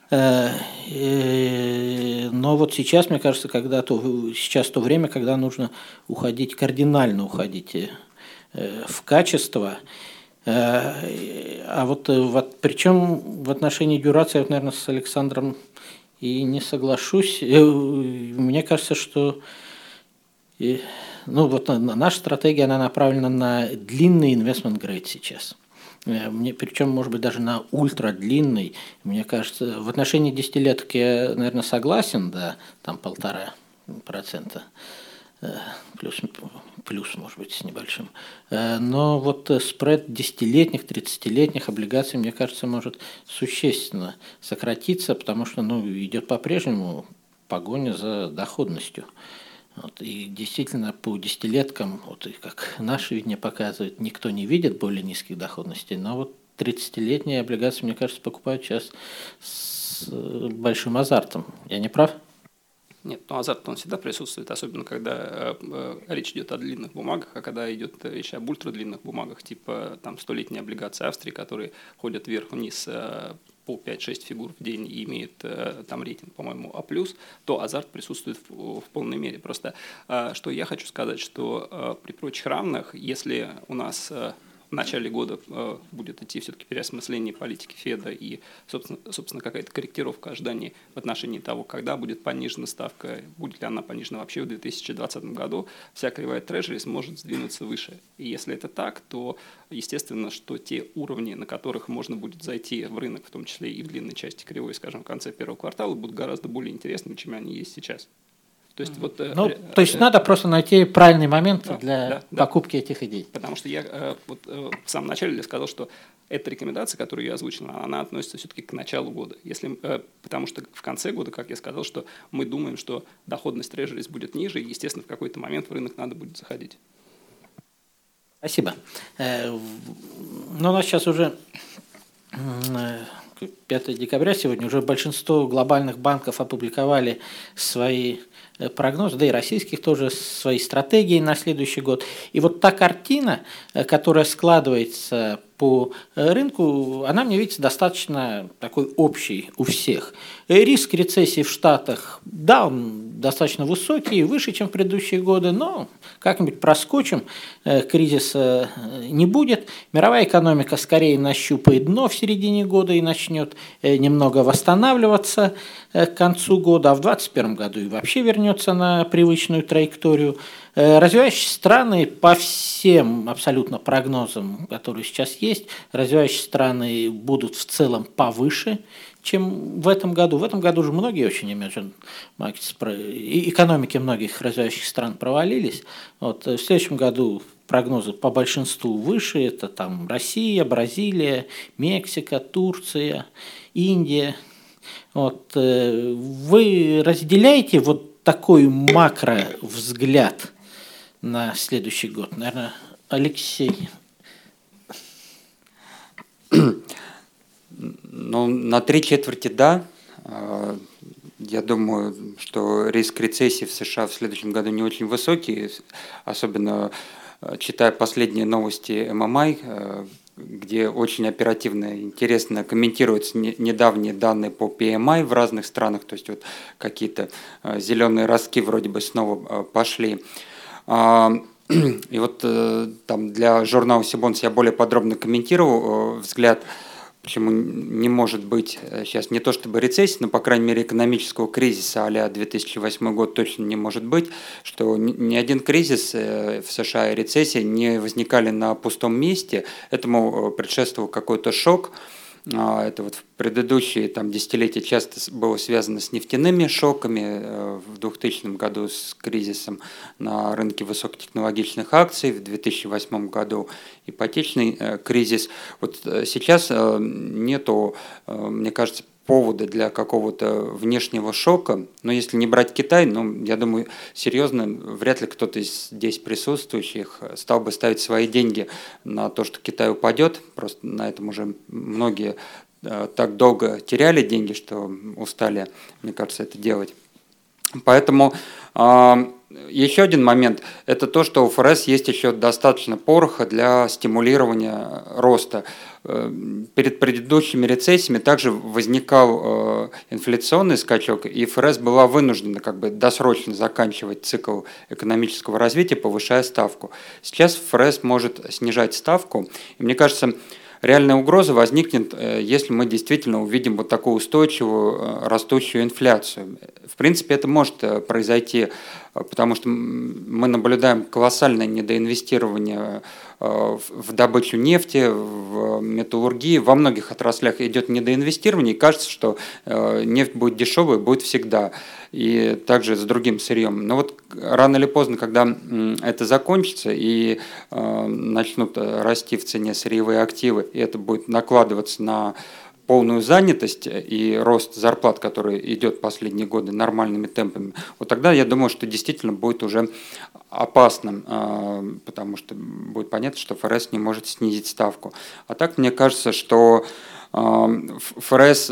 Но вот сейчас, мне кажется, когда то, сейчас то время, когда нужно уходить, кардинально уходить в качество. А вот, вот причем в отношении дюрации, вот, наверное, с Александром и не соглашусь. Мне кажется, что ну, вот наша стратегия, она направлена на длинный investment grade сейчас. мне, причем, может быть, даже на ультрадлинный. Мне кажется, в отношении десятилеток я, наверное, согласен, да, там полтора процента. Плюс, плюс, может быть, с небольшим. Но вот спред десятилетних, тридцатилетних облигаций, мне кажется, может существенно сократиться, потому что ну, идет по-прежнему погоня за доходностью. Вот, и действительно, по десятилеткам, вот, и как наши видения показывают, никто не видит более низких доходностей, но вот тридцатилетние облигации, мне кажется, покупают сейчас с большим азартом. Я не прав? Нет, но азарт он всегда присутствует, особенно когда э, речь идет о длинных бумагах, а когда идет речь об ультрадлинных бумагах, типа там столетние облигации Австрии, которые ходят вверх-вниз э, по пять-шесть фигур в день и имеют э, там рейтинг, по-моему, А+, то азарт присутствует в, в полной мере. Просто э, что я хочу сказать, что э, при прочих равных, если у нас э, в начале года э, будет идти все-таки переосмысление политики Феда и, собственно, собственно какая-то корректировка ожиданий в отношении того, когда будет понижена ставка, будет ли она понижена вообще в две тысячи двадцатом году, вся кривая трежери сможет сдвинуться выше. И если это так, то естественно, что те уровни, на которых можно будет зайти в рынок, в том числе и в длинной части кривой, скажем, в конце первого квартала, будут гораздо более интересными, чем они есть сейчас. То есть, вот, ну, э, то есть э, надо просто найти правильный момент да, для да, да. покупки этих идей. Потому что я э, вот, э, в самом начале я сказал, что эта рекомендация, которую я озвучил, она относится все-таки к началу года. Если, э, потому что в конце года, как я сказал, что мы думаем, что доходность трежерис будет ниже, и, естественно, в какой-то момент в рынок надо будет заходить. Спасибо. Но у нас сейчас уже пятое декабря сегодня, уже большинство глобальных банков опубликовали свои прогнозы, да и российских тоже, свои стратегии на следующий год. И вот та картина, которая складывается по рынку, она мне видится достаточно такой общей у всех. Риск рецессии в Штатах, да, он достаточно высокий, выше, чем в предыдущие годы, но как-нибудь проскочим, кризиса не будет. Мировая экономика скорее нащупает дно в середине года и начнет немного восстанавливаться к концу года, а в двадцать первом году и вообще вернется на привычную траекторию. Развивающиеся страны по всем абсолютно прогнозам, которые сейчас есть, развивающиеся страны будут в целом повыше, чем в этом году. В этом году уже многие очень emerging markets, экономики многих развивающих стран провалились. Вот, в следующем году прогнозы по большинству выше. Это там Россия, Бразилия, Мексика, Турция, Индия. Вот, вы разделяете вот такой макровзгляд на следующий год? Наверное, Алексей. Ну, на три четверти да. Я думаю, что риск рецессии в США в следующем году не очень высокий, особенно читая последние новости эм эм ай, где очень оперативно и интересно комментируются недавние данные по пи эм ай в разных странах, то есть вот какие-то зеленые ростки вроде бы снова пошли. И вот там для журнала Сибонс я более подробно комментировал взгляд, почему не может быть сейчас не то чтобы рецессии, но, по крайней мере, экономического кризиса а-ля две тысячи восьмой год точно не может быть, что ни один кризис в США и рецессия не возникали на пустом месте, этому предшествовал какой-то шок. Это вот в предыдущие там, десятилетия часто было связано с нефтяными шоками, в двухтысячном году с кризисом на рынке высокотехнологичных акций, в две тысячи восьмом году ипотечный кризис. Вот сейчас нету, мне кажется, повода для какого-то внешнего шока, но если не брать Китай, ну, я думаю, серьезно, вряд ли кто-то из здесь присутствующих стал бы ставить свои деньги на то, что Китай упадет, просто на этом уже многие так долго теряли деньги, что устали, мне кажется, это делать. Поэтому еще один момент – это то, что у эф эр эс есть еще достаточно пороха для стимулирования роста. Перед предыдущими рецессиями также возникал инфляционный скачок, и эф эр эс была вынуждена как бы досрочно заканчивать цикл экономического развития, повышая ставку. Сейчас эф эр эс может снижать ставку, и мне кажется, реальная угроза возникнет, если мы действительно увидим вот такую устойчивую растущую инфляцию. В принципе, это может произойти потому что мы наблюдаем колоссальное недоинвестирование в добычу нефти, в металлургии, во многих отраслях идет недоинвестирование, и кажется, что нефть будет дешевой, будет всегда, и также с другим сырьем. Но вот рано или поздно, когда это закончится и начнут расти в цене сырьевые активы, и это будет накладываться на полную занятость и рост зарплат, который идет последние годы нормальными темпами, вот тогда я думаю, что действительно будет уже опасным, потому что будет понятно, что ФРС не может снизить ставку. А так мне кажется, что ФРС,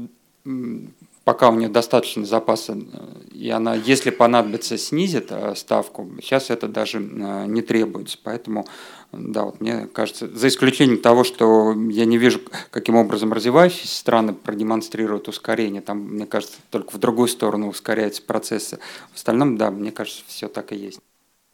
пока у нее достаточно запаса, и она, если понадобится, снизит ставку, сейчас это даже не требуется. Поэтому, да, вот мне кажется, за исключением того, что я не вижу, каким образом развивающиеся страны продемонстрируют ускорение, там, мне кажется, только в другую сторону ускоряются процессы. В остальном, да, мне кажется, все так и есть.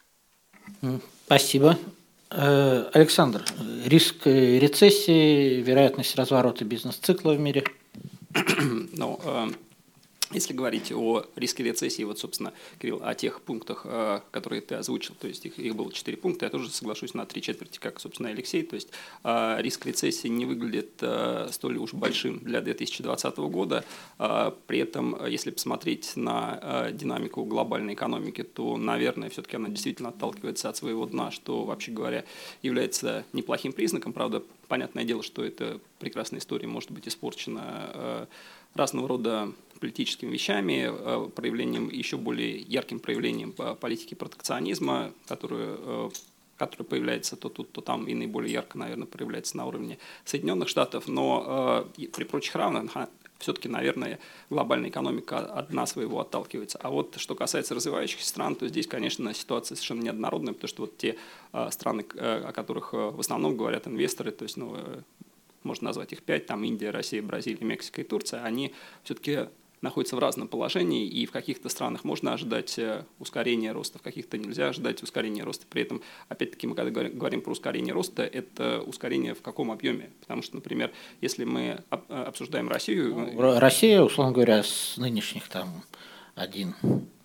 Спасибо. Александр, риск рецессии, вероятность разворота бизнес-цикла в мире? Ну, если говорить о риске рецессии, вот, собственно, Кирилл, о тех пунктах, которые ты озвучил, то есть их, их было четыре пункта, я тоже соглашусь на три четверти, как, собственно, Алексей, то есть риск рецессии не выглядит столь уж большим для две тысячи двадцатого года, при этом, если посмотреть на динамику глобальной экономики, то, наверное, все-таки она действительно отталкивается от своего дна, что, вообще говоря, является неплохим признаком, правда, понятное дело, что эта прекрасная история может быть испорчена разного рода политическими вещами, проявлением, еще более ярким проявлением политики протекционизма, которую, который появляется то тут, то там и наиболее ярко, наверное, проявляется на уровне Соединенных Штатов, но при прочих равных все-таки, наверное, глобальная экономика одна своего отталкивается. А вот что касается развивающихся стран, то здесь, конечно, ситуация совершенно неоднородная, потому что вот те страны, о которых в основном говорят инвесторы, то есть, ну, можно назвать их пять, там Индия, Россия, Бразилия, Мексика и Турция, они все-таки находятся в разном положении, и в каких-то странах можно ожидать ускорения роста, в каких-то нельзя ожидать ускорения роста. При этом, опять-таки, мы когда говорим про ускорение роста, это ускорение в каком объеме? Потому что, например, если мы обсуждаем Россию… Ну, Россия, условно говоря, с нынешних там один…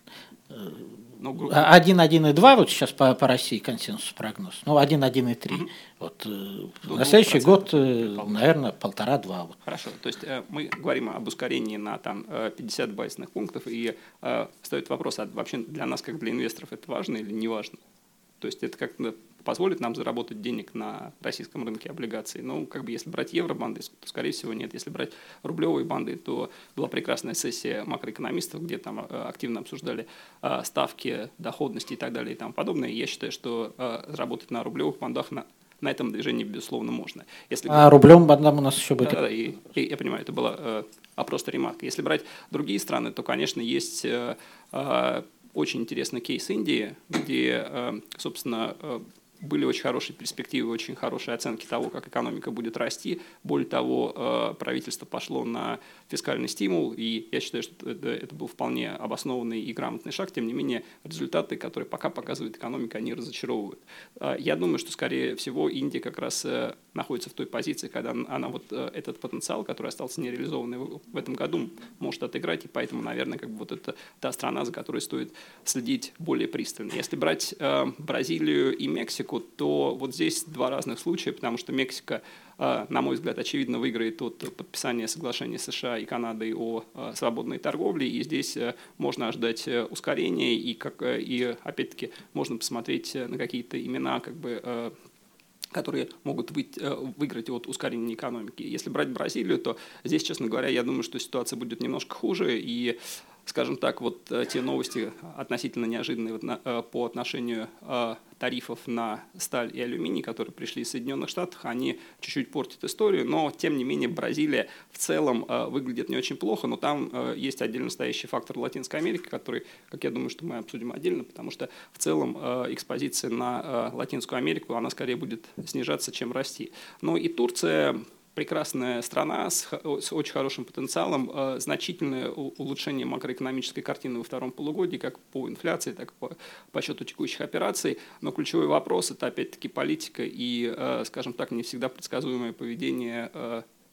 один, один и два, вот сейчас по, по России консенсус прогноз, ну один, один и три. Mm-hmm. Вот, ну, на следующий год, наверное, полтора-два. Вот. Хорошо, то есть мы говорим об ускорении на там, пятьдесят базисных пунктов, и э, стоит вопрос, а вообще для нас, как для инвесторов, это важно или не важно? То есть это как-то позволит нам заработать денег на российском рынке облигаций. Ну, как бы если брать евробанды, то, скорее всего, нет. Если брать рублевые банды, то была прекрасная сессия макроэкономистов, где там активно обсуждали ставки, доходности и так далее и тому подобное. И я считаю, что заработать на рублевых бандах на На этом движении, безусловно, можно. Если а рублем бандам у нас еще будет. Да, да, и, и, я понимаю, это была э, а просто ремарка. Если брать другие страны, то, конечно, есть э, э, очень интересный кейс Индии, где, э, собственно, э, были очень хорошие перспективы, очень хорошие оценки того, как экономика будет расти. Более того, правительство пошло на фискальный стимул, и я считаю, что это, это был вполне обоснованный и грамотный шаг. Тем не менее, результаты, которые пока показывает экономика, они разочаровывают. Я думаю, что, скорее всего, Индия как раз находится в той позиции, когда она вот этот потенциал, который остался нереализованный в этом году, может отыграть, и поэтому, наверное, как бы вот это та страна, за которой стоит следить более пристально. Если брать Бразилию и Мексику, то вот здесь два разных случая, потому что Мексика, на мой взгляд, очевидно выиграет от подписания соглашения США и Канады о свободной торговле, и здесь можно ожидать ускорения, и, как, и опять-таки можно посмотреть на какие-то имена, как бы, которые могут быть, выиграть от ускорения экономики. Если брать Бразилию, то здесь, честно говоря, я думаю, что ситуация будет немножко хуже, и, скажем так, вот те новости относительно неожиданные по отношению тарифов на сталь и алюминий, которые пришли из Соединенных Штатов, они чуть-чуть портят историю, но, тем не менее, Бразилия в целом выглядит не очень плохо, но там есть отдельно стоящий фактор Латинской Америки, который, как я думаю, что мы обсудим отдельно, потому что в целом экспозиция на Латинскую Америку, она скорее будет снижаться, чем расти. Ну и Турция... прекрасная страна с, с очень хорошим потенциалом, э, значительное улучшение макроэкономической картины во втором полугодии, как по инфляции, так и по, по счету текущих операций. Но ключевой вопрос – это опять-таки политика и, э, скажем так, не всегда предсказуемое поведение э,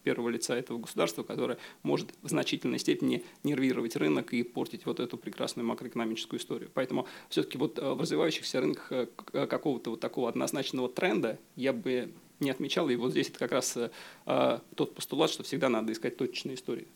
первого лица этого государства, которое может в значительной степени нервировать рынок и портить вот эту прекрасную макроэкономическую историю. Поэтому все-таки вот в развивающихся рынках какого-то вот такого однозначного тренда я бы не отмечал. И вот здесь это как раз тот постулат, что всегда надо искать точечные истории.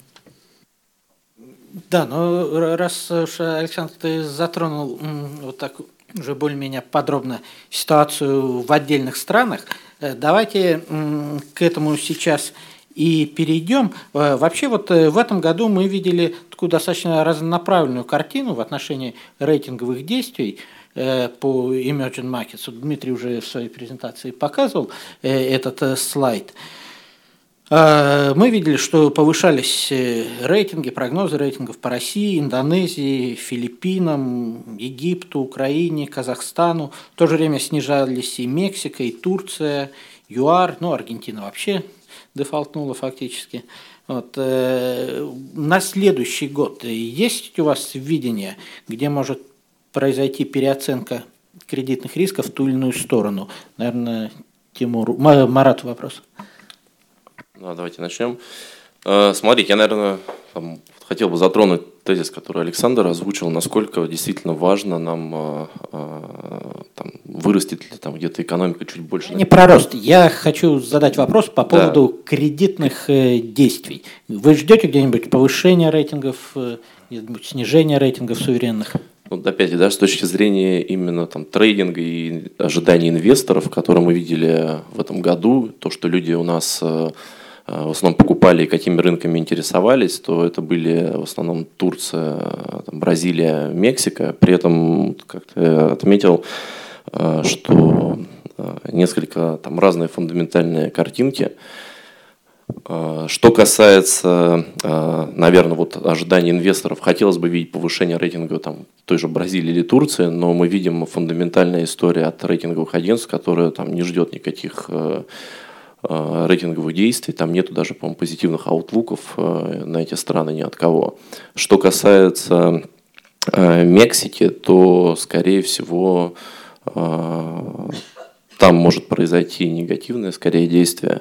Да, но раз уж, Александр, ты затронул вот так уже более-менее подробно ситуацию в отдельных странах, давайте к этому сейчас и перейдем. Вообще вот в этом году мы видели такую достаточно разнонаправленную картину в отношении рейтинговых действий по emerging markets. Дмитрий уже в своей презентации показывал этот слайд. Мы видели, что повышались рейтинги, прогнозы рейтингов по России, Индонезии, Филиппинам, Египту, Украине, Казахстану. В то же время снижались и Мексика, и Турция, ЮАР, ну, Аргентина вообще дефолтнула фактически. Вот. На следующий год есть у вас видение, где может произойти переоценка кредитных рисков в ту или иную сторону? Наверное, Тимуру. Марату вопрос. Ну, давайте начнем. Смотрите, я, наверное, там, хотел бы затронуть тезис, который Александр озвучил, насколько действительно важно нам там, вырастет ли там где-то экономика чуть больше. Не про рост. Я хочу задать вопрос по поводу да. кредитных действий. Вы ждете где-нибудь повышения рейтингов, где-нибудь снижения рейтингов суверенных? Вот опять, да, с точки зрения именно там трейдинга и ожиданий инвесторов, которые мы видели в этом году, то, что люди у нас в основном покупали и какими рынками интересовались, то это были в основном Турция, там, Бразилия, Мексика. При этом, как ты отметил, что несколько там разные фундаментальные картинки. Что касается, наверное, вот ожиданий инвесторов, хотелось бы видеть повышение рейтинга там, той же Бразилии или Турции, но мы видим фундаментальная история от рейтинговых агентств, которая там не ждет никаких рейтинговых действий, там нету даже, по-моему, позитивных аутлуков на эти страны ни от кого. Что касается Мексики, то, скорее всего, там может произойти негативное, скорее, действие.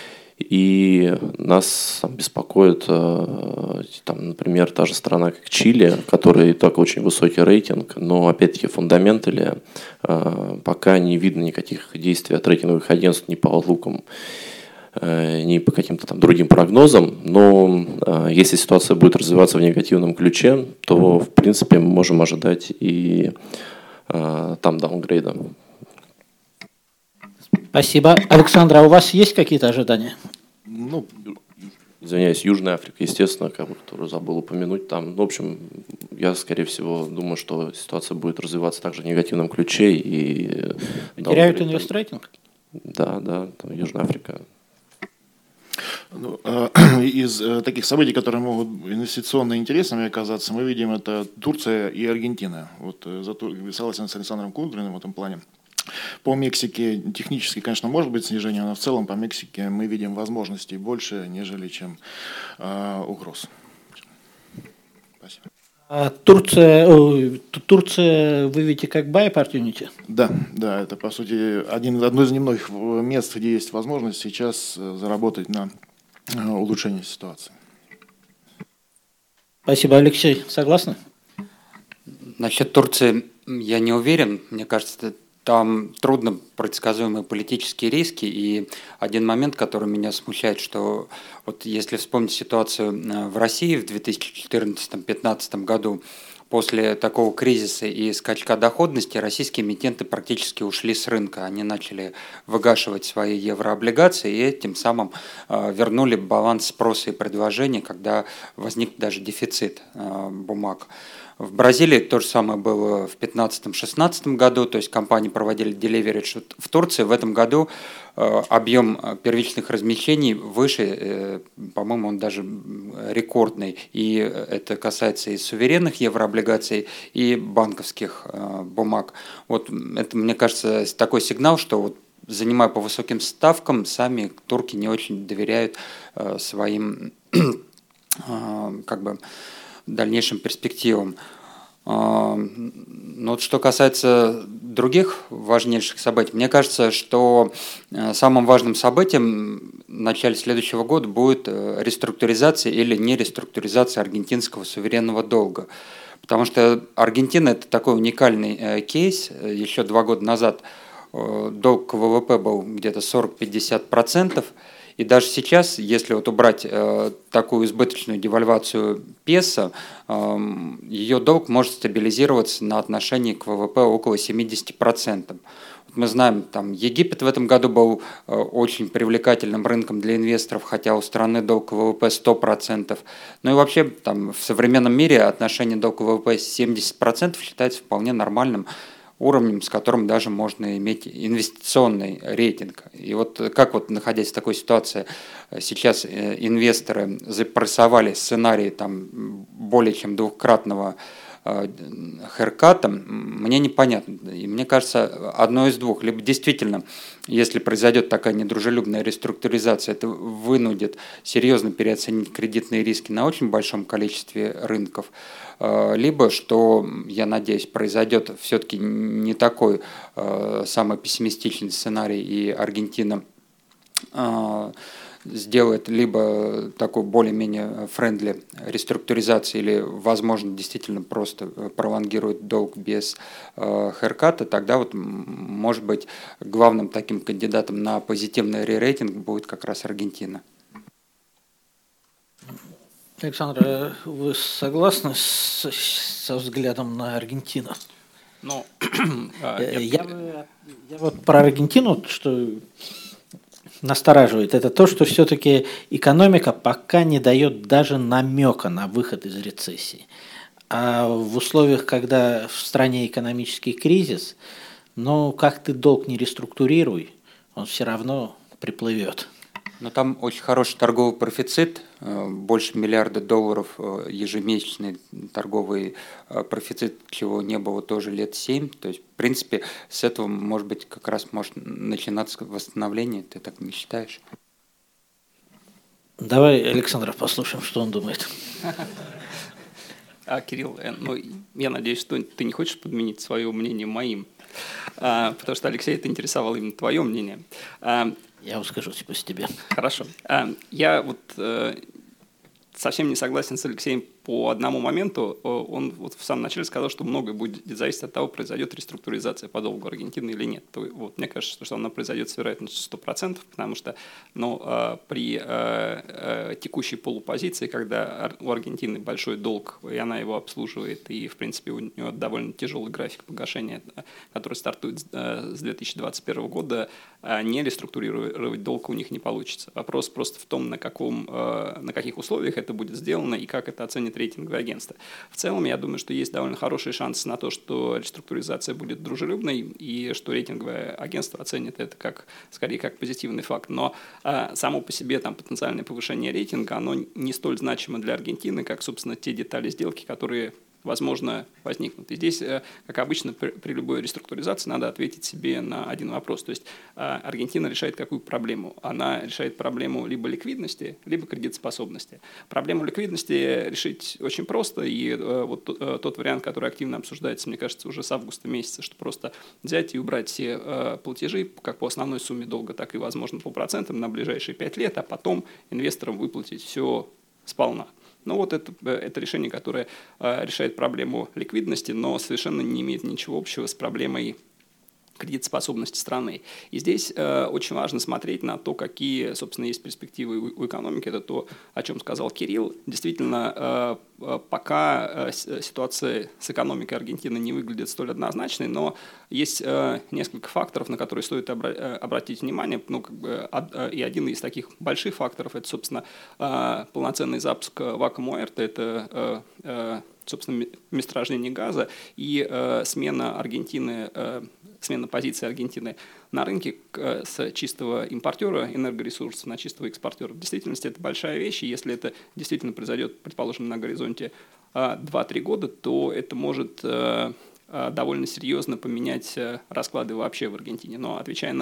И нас там, беспокоит, там, например, та же страна, как Чили, у которой и так очень высокий рейтинг, но, опять-таки, фундаментали пока не видно никаких действий от рейтинговых агентств ни по аутлукам, ни по каким-то там другим прогнозам. Но если ситуация будет развиваться в негативном ключе, то, в принципе, мы можем ожидать и там даунгрейда. Спасибо. Александр, а у вас есть какие-то ожидания? Ну, Извиняюсь, Южная Африка, естественно, как бы, которую забыл упомянуть там. В общем, я, скорее всего, думаю, что ситуация будет развиваться также в негативном ключе. И теряют инвестрейтинг? Да, да, там Южная Африка. Ну, из таких событий, которые могут инвестиционно интересными оказаться, мы видим это Турция и Аргентина. Вот согласен с Александром Кундриным в этом плане. По Мексике технически, конечно, может быть снижение, но в целом по Мексике мы видим возможностей больше, нежели чем э, угроз. Спасибо. А Турция, о, Турция вы видите как buy opportunity? Да, да, это по сути один, одно из немногих мест, где есть возможность сейчас заработать на улучшение ситуации. Спасибо, Алексей. Согласны? Насчет Турции я не уверен. Мне кажется, там трудно предсказуемые политические риски, и один момент, который меня смущает, что вот если вспомнить ситуацию в России в две тысячи четырнадцатом — две тысячи пятнадцатом году, после такого кризиса и скачка доходности российские эмитенты практически ушли с рынка. Они начали выгашивать свои еврооблигации и тем самым вернули баланс спроса и предложения, когда возник даже дефицит бумаг. В Бразилии то же самое было в две тысячи пятнадцатом — две тысячи шестнадцатом году, то есть компании проводили деливеридж. В Турции в этом году объем первичных размещений выше, по-моему, он даже рекордный. И это касается и суверенных еврооблигаций, и банковских бумаг. Вот это, мне кажется, такой сигнал, что вот, занимая по высоким ставкам, сами турки не очень доверяют своим как бы дальнейшим перспективам. Но вот что касается других важнейших событий, мне кажется, что самым важным событием начале следующего года будет реструктуризация или не реструктуризация аргентинского суверенного долга. Потому что Аргентина – это такой уникальный кейс. Еще два года назад долг к ВВП был где-то сорок-пятьдесят процентов. И даже сейчас, если вот убрать э, такую избыточную девальвацию песо, э, ее долг может стабилизироваться на отношении к ВВП около семидесяти процентов. Вот мы знаем, там Египет в этом году был э, очень привлекательным рынком для инвесторов, хотя у страны долг к ВВП сто процентов. Ну и вообще там, в современном мире отношение долг к ВВП семьдесят процентов считается вполне нормальным уровнем, с которым даже можно иметь инвестиционный рейтинг. И вот как вот, находясь в такой ситуации, сейчас инвесторы запрессовали сценарий там, более чем двухкратного херката, мне непонятно. И мне кажется, одно из двух. Либо действительно, если произойдет такая недружелюбная реструктуризация, это вынудит серьезно переоценить кредитные риски на очень большом количестве рынков, либо, что, я надеюсь, произойдет все-таки не такой самый пессимистичный сценарий, и Аргентина сделает либо такой более-менее френдли реструктуризацию, или, возможно, действительно просто пролонгирует долг без э, херката, тогда вот, может быть, главным таким кандидатом на позитивный рейтинг будет как раз Аргентина. Александр, вы согласны с, со взглядом на Аргентину? Ну, я, я, я вот про Аргентину, что настораживает, это то, что все-таки экономика пока не дает даже намека на выход из рецессии. А в условиях, когда в стране экономический кризис, ну, как ты долг не реструктурируй, он все равно приплывет. Но там очень хороший торговый профицит, больше миллиарда долларов ежемесячный торговый профицит, чего не было тоже лет семь. То есть, в принципе, с этого, может быть, как раз может начинаться восстановление. Ты так не считаешь? Давай Александра послушаем, что он думает. А, Кирилл, ну, я надеюсь, что ты не хочешь подменить свое мнение моим, а, потому что, Алексей, это интересовало именно твое мнение. А, Я выскажу типа с тебя. Хорошо. Я вот совсем не согласен с Алексеем по одному моменту. Он вот в самом начале сказал, что многое будет зависеть от того, произойдет реструктуризация по долгу Аргентины или нет. Вот, мне кажется, что она произойдет с вероятностью сто процентов, потому что ну, при текущей полупозиции, когда у Аргентины большой долг, и она его обслуживает, и, в принципе, у нее довольно тяжелый график погашения, который стартует с две тысячи двадцать первого года, не реструктурировать долг у них не получится. Вопрос просто в том, на, каком, на каких условиях это будет сделано и как это оценит рейтинговое агентство. В целом, я думаю, что есть довольно хорошие шансы на то, что реструктуризация будет дружелюбной и что рейтинговое агентство оценит это как, скорее как позитивный факт. Но а, само по себе там, потенциальное повышение рейтинга, оно не столь значимо для Аргентины, как, собственно, те детали сделки, которые возможно, возникнут. И здесь, как обычно, при, при любой реструктуризации надо ответить себе на один вопрос. То есть Аргентина решает какую проблему? Она решает проблему либо ликвидности, либо кредитоспособности. Проблему ликвидности решить очень просто, и вот тот вариант, который активно обсуждается, мне кажется, уже с августа месяца, что просто взять и убрать все платежи как по основной сумме долга, так и, возможно, по процентам на ближайшие пять лет, а потом инвесторам выплатить все сполна. Ну вот это, это решение, которое э, решает проблему ликвидности, но совершенно не имеет ничего общего с проблемой кредитоспособности страны. И здесь э, очень важно смотреть на то, какие, собственно, есть перспективы у, у экономики. Это то, о чем сказал Кирилл. Действительно, э, пока э, ситуация с экономикой Аргентины не выглядит столь однозначной, но есть э, несколько факторов, на которые стоит обра- обратить внимание. Ну, как бы, од- и один из таких больших факторов – это, собственно, э, полноценный запуск Вака Муэрте. Это э, э, собственно, месторождение газа и э, смена Аргентины, э, смена позиции Аргентины на рынке э, с чистого импортера энергоресурсов на чистого экспортера. В действительности это большая вещь, и если это действительно произойдет, предположим, на горизонте э, два-три года, то это может э, э, довольно серьезно поменять э, расклады вообще в Аргентине. Но отвечая на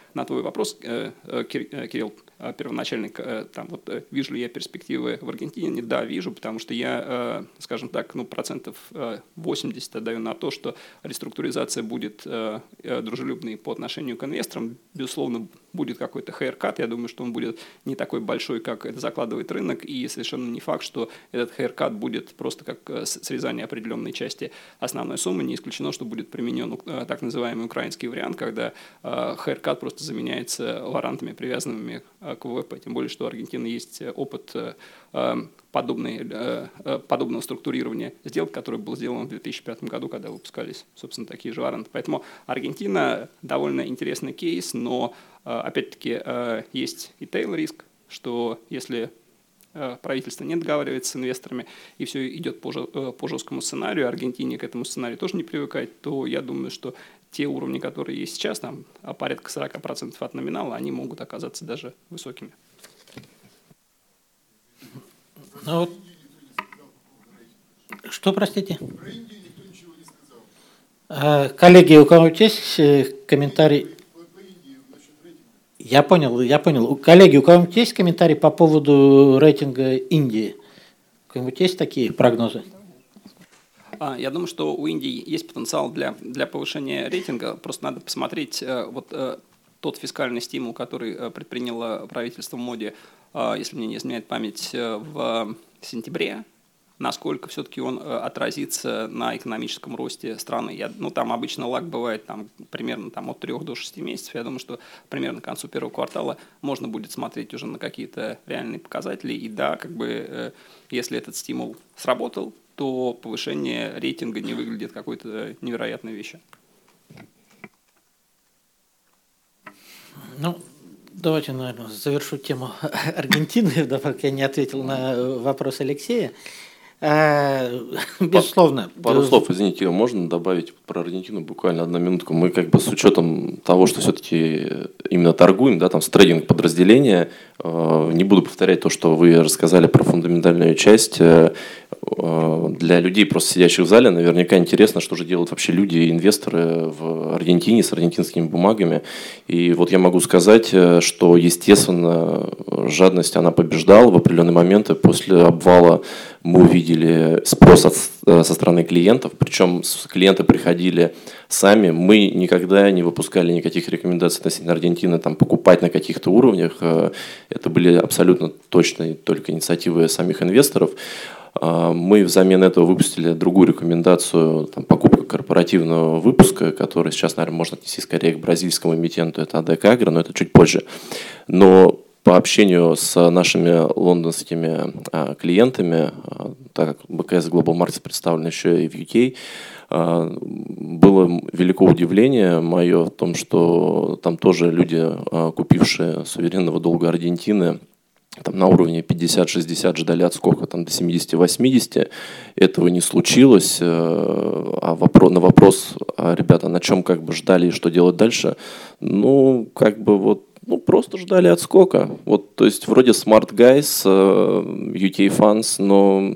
на твой вопрос, Кирилл, первоначальный, там, вот, вижу ли я перспективы в Аргентине? Да, вижу, потому что я, скажем так, ну, процентов восемьдесят даю на то, что реструктуризация будет дружелюбной по отношению к инвесторам. Безусловно, будет какой-то haircut. Я думаю, что он будет не такой большой, как это закладывает рынок, и совершенно не факт, что этот haircut будет просто как срезание определенной части основной суммы. Не исключено, что будет применен так называемый украинский вариант, когда haircut просто заменяется варантами, привязанными к ВВП. Тем более, что у Аргентины есть опыт подобной, подобного структурирования сделок, который был сделан в две тысячи пятом году, когда выпускались, собственно, такие же варианты. Поэтому Аргентина довольно интересный кейс, но, опять-таки, есть и тейл-риск, что если правительство не договаривается с инвесторами и все идет по, по жесткому сценарию, Аргентине к этому сценарию тоже не привыкать, то я думаю, что те уровни, которые есть сейчас, там порядка сорок процентов от номинала, они могут оказаться даже высокими. Ну, вот. Что, простите? Коллеги, у кого-нибудь есть комментарий? Я понял, я понял. Коллеги, у кого-нибудь есть комментарий по поводу рейтинга Индии? У кого-нибудь есть такие прогнозы? Я думаю, что у Индии есть потенциал для, для повышения рейтинга. Просто надо посмотреть вот тот фискальный стимул, который предприняло правительство Моди, если мне не изменяет память, в сентябре, насколько все-таки он отразится на экономическом росте страны. Я, ну, там обычно лаг бывает там, примерно там, от трех до шести месяцев. Я думаю, что примерно к концу первого квартала можно будет смотреть уже на какие-то реальные показатели. И да, как бы, если этот стимул сработал, то повышение рейтинга не выглядит какой-то невероятной вещью. Ну, давайте, наверное, завершу тему Аргентины, пока я не ответил на вопрос Алексея. Безусловно. Пару слов, извините, можно добавить про Аргентину буквально одну минутку. Мы как бы с учетом того, что все-таки именно торгуем, да, там с трейдинг подразделения, не буду повторять то, что вы рассказали про фундаментальную часть. Для людей, просто сидящих в зале, наверняка интересно, что же делают вообще люди, инвесторы в Аргентине с аргентинскими бумагами. И вот я могу сказать, что, естественно, жадность, она побеждала в определенные моменты. После обвала мы увидели спрос от, со стороны клиентов, причем клиенты приходили сами. Мы никогда не выпускали никаких рекомендаций относительно Аргентины там, покупать на каких-то уровнях. Это были абсолютно точные только инициативы самих инвесторов. Мы взамен этого выпустили другую рекомендацию, там, покупка корпоративного выпуска, который сейчас, наверное, можно отнести скорее к бразильскому эмитенту, это эй ди си Agro, но это чуть позже. Но по общению с нашими лондонскими а, клиентами, а, так как бэ ка эс Global Markets представлен еще и в ю кей, а, было велико удивление мое в том, что там тоже люди, а, купившие суверенного долга Аргентины, там на уровне пятьдесят-шестьдесят ждали отскока там, до семьдесят-восемьдесят. Этого не случилось. А вопрос, на вопрос, а, ребята, на чем как бы ждали и что делать дальше, ну, как бы вот, ну, просто ждали отскока. Вот, то есть вроде Smart Guys, ю кей Funds, но,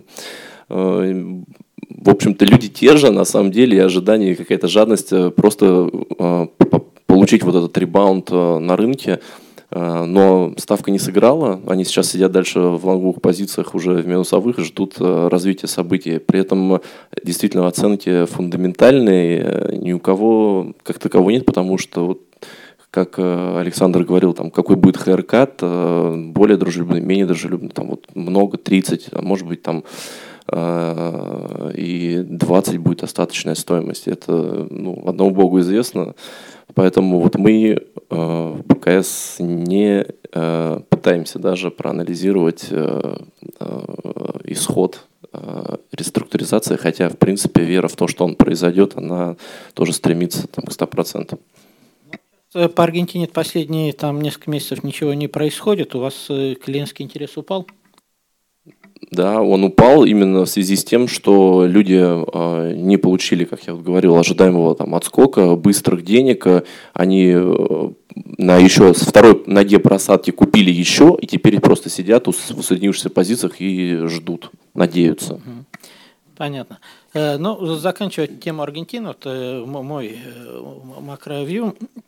в общем-то, люди те же, на самом деле, и ожидания, какая-то жадность просто получить вот этот ребаунд на рынке. Но ставка не сыграла, они сейчас сидят дальше в лонговых позициях уже в минусовых и ждут развития событий. При этом действительно оценки фундаментальные ни у кого как такового нет, потому что, вот, как Александр говорил, там, какой будет haircut, более дружелюбный, менее дружелюбный, там вот много, тридцать, а может быть там и двадцать будет остаточная стоимость. Это, ну, одному богу известно. Поэтому вот мы э, в бэ ка эс не э, пытаемся даже проанализировать э, э, исход э, реструктуризации, хотя, в принципе, вера в то, что он произойдет, она тоже стремится там, к ста процентам. По Аргентине последние там, несколько месяцев ничего не происходит. У вас клиентский интерес упал? Да, он упал именно в связи с тем, что люди э, не получили, как я вот говорил, ожидаемого там, отскока, быстрых денег. Они э, на еще с второй ноге просадки купили еще, и теперь просто сидят в усреднившихся позициях и ждут, надеются. Понятно. Ну, заканчивать тему Аргентины, вот мой макровью.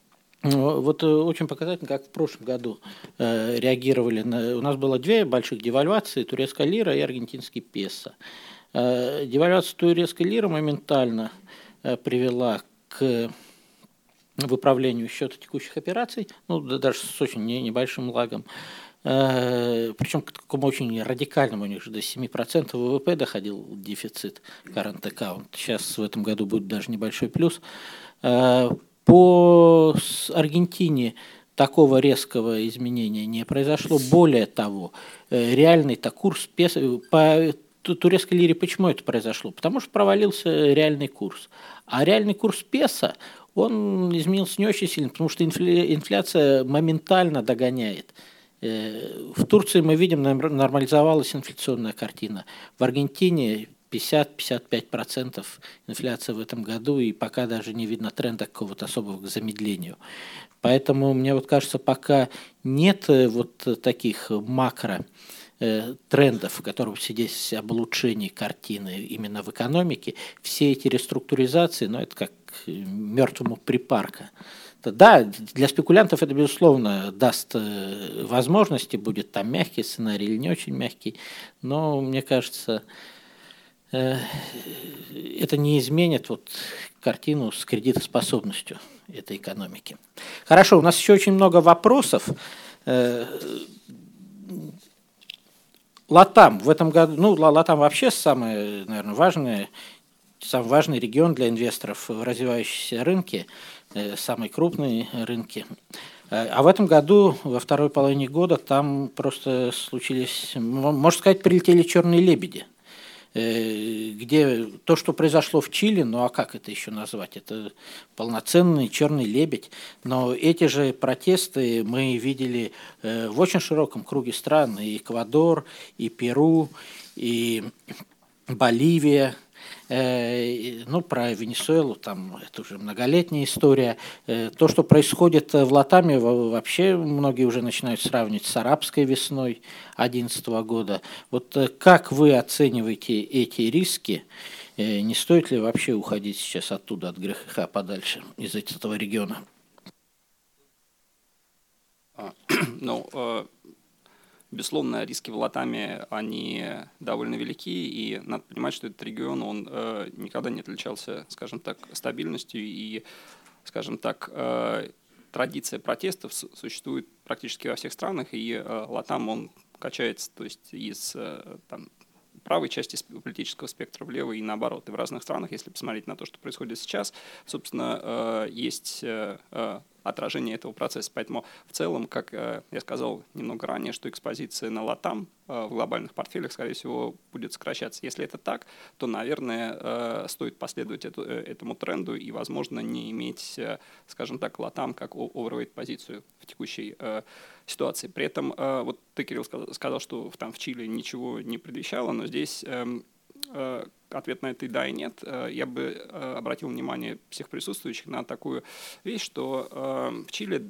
Вот очень показательно, как в прошлом году э, реагировали. На, у нас было две больших девальвации, турецкая лира и аргентинский песо. Э, девальвация турецкой лиры моментально э, привела к выправлению счета текущих операций, ну, да, даже с очень не, небольшим лагом. Э, причем к такому очень радикальному, у них же до семи процентов ВВП доходил дефицит, current account. Сейчас в этом году будет даже небольшой плюс. Э, По Аргентине такого резкого изменения не произошло. Более того, реальный-то курс песо, по турецкой лире почему это произошло? Потому что провалился реальный курс. А реальный курс песо, он изменился не очень сильно, потому что инфляция моментально догоняет. В Турции мы видим, нормализовалась инфляционная картина. В Аргентине пятьдесят — пятьдесят пять процентов инфляция в этом году, и пока даже не видно тренда какого-то особого к замедлению. Поэтому мне вот кажется, пока нет вот таких макро трендов, которые здесь об улучшении картины именно в экономике, все эти реструктуризации, ну, это как мертвому припарка. Да, для спекулянтов это, безусловно, даст возможности, будет там мягкий сценарий или не очень мягкий, но, мне кажется, это не изменит вот картину с кредитоспособностью этой экономики. Хорошо, у нас еще очень много вопросов. Латам в этом году, ну, Латам вообще самый, наверное, важный, самый важный регион для инвесторов в развивающиеся рынки, самые крупные рынки. А в этом году, во второй половине года, там просто случились, можно сказать, прилетели черные лебеди, где то, что произошло в Чили, ну а как это еще назвать, это полноценный черный лебедь, но эти же протесты мы видели в очень широком круге стран, и Эквадор, и Перу, и Боливия. Ну, про Венесуэлу, там это уже многолетняя история. То, что происходит в Латаме, вообще многие уже начинают сравнивать с арабской весной две тысячи одиннадцатого года. Вот как вы оцениваете эти риски? Не стоит ли вообще уходить сейчас оттуда, от греха подальше, из этого региона? Ну, безусловно, риски в Латаме, они довольно велики, и надо понимать, что этот регион, он э, никогда не отличался, скажем так, стабильностью, и, скажем так, э, традиция протестов существует практически во всех странах, и э, Латам, он качается, то есть из э, там, правой части политического спектра в левой и наоборот. И в разных странах, если посмотреть на то, что происходит сейчас, собственно, э, есть э, отражение этого процесса. Поэтому в целом, как э, я сказал немного ранее, что экспозиция на Латам э, в глобальных портфелях, скорее всего, будет сокращаться. Если это так, то, наверное, э, стоит последовать эту, э, этому тренду и, возможно, не иметь, э, скажем так, Латам как overweight позицию в текущей э, ситуации. При этом, э, вот ты, Кирилл, сказал, сказал, что там в Чили ничего не предвещало, но здесь э, э, ответ на это и да, и нет. Я бы обратил внимание всех присутствующих на такую вещь, что в Чили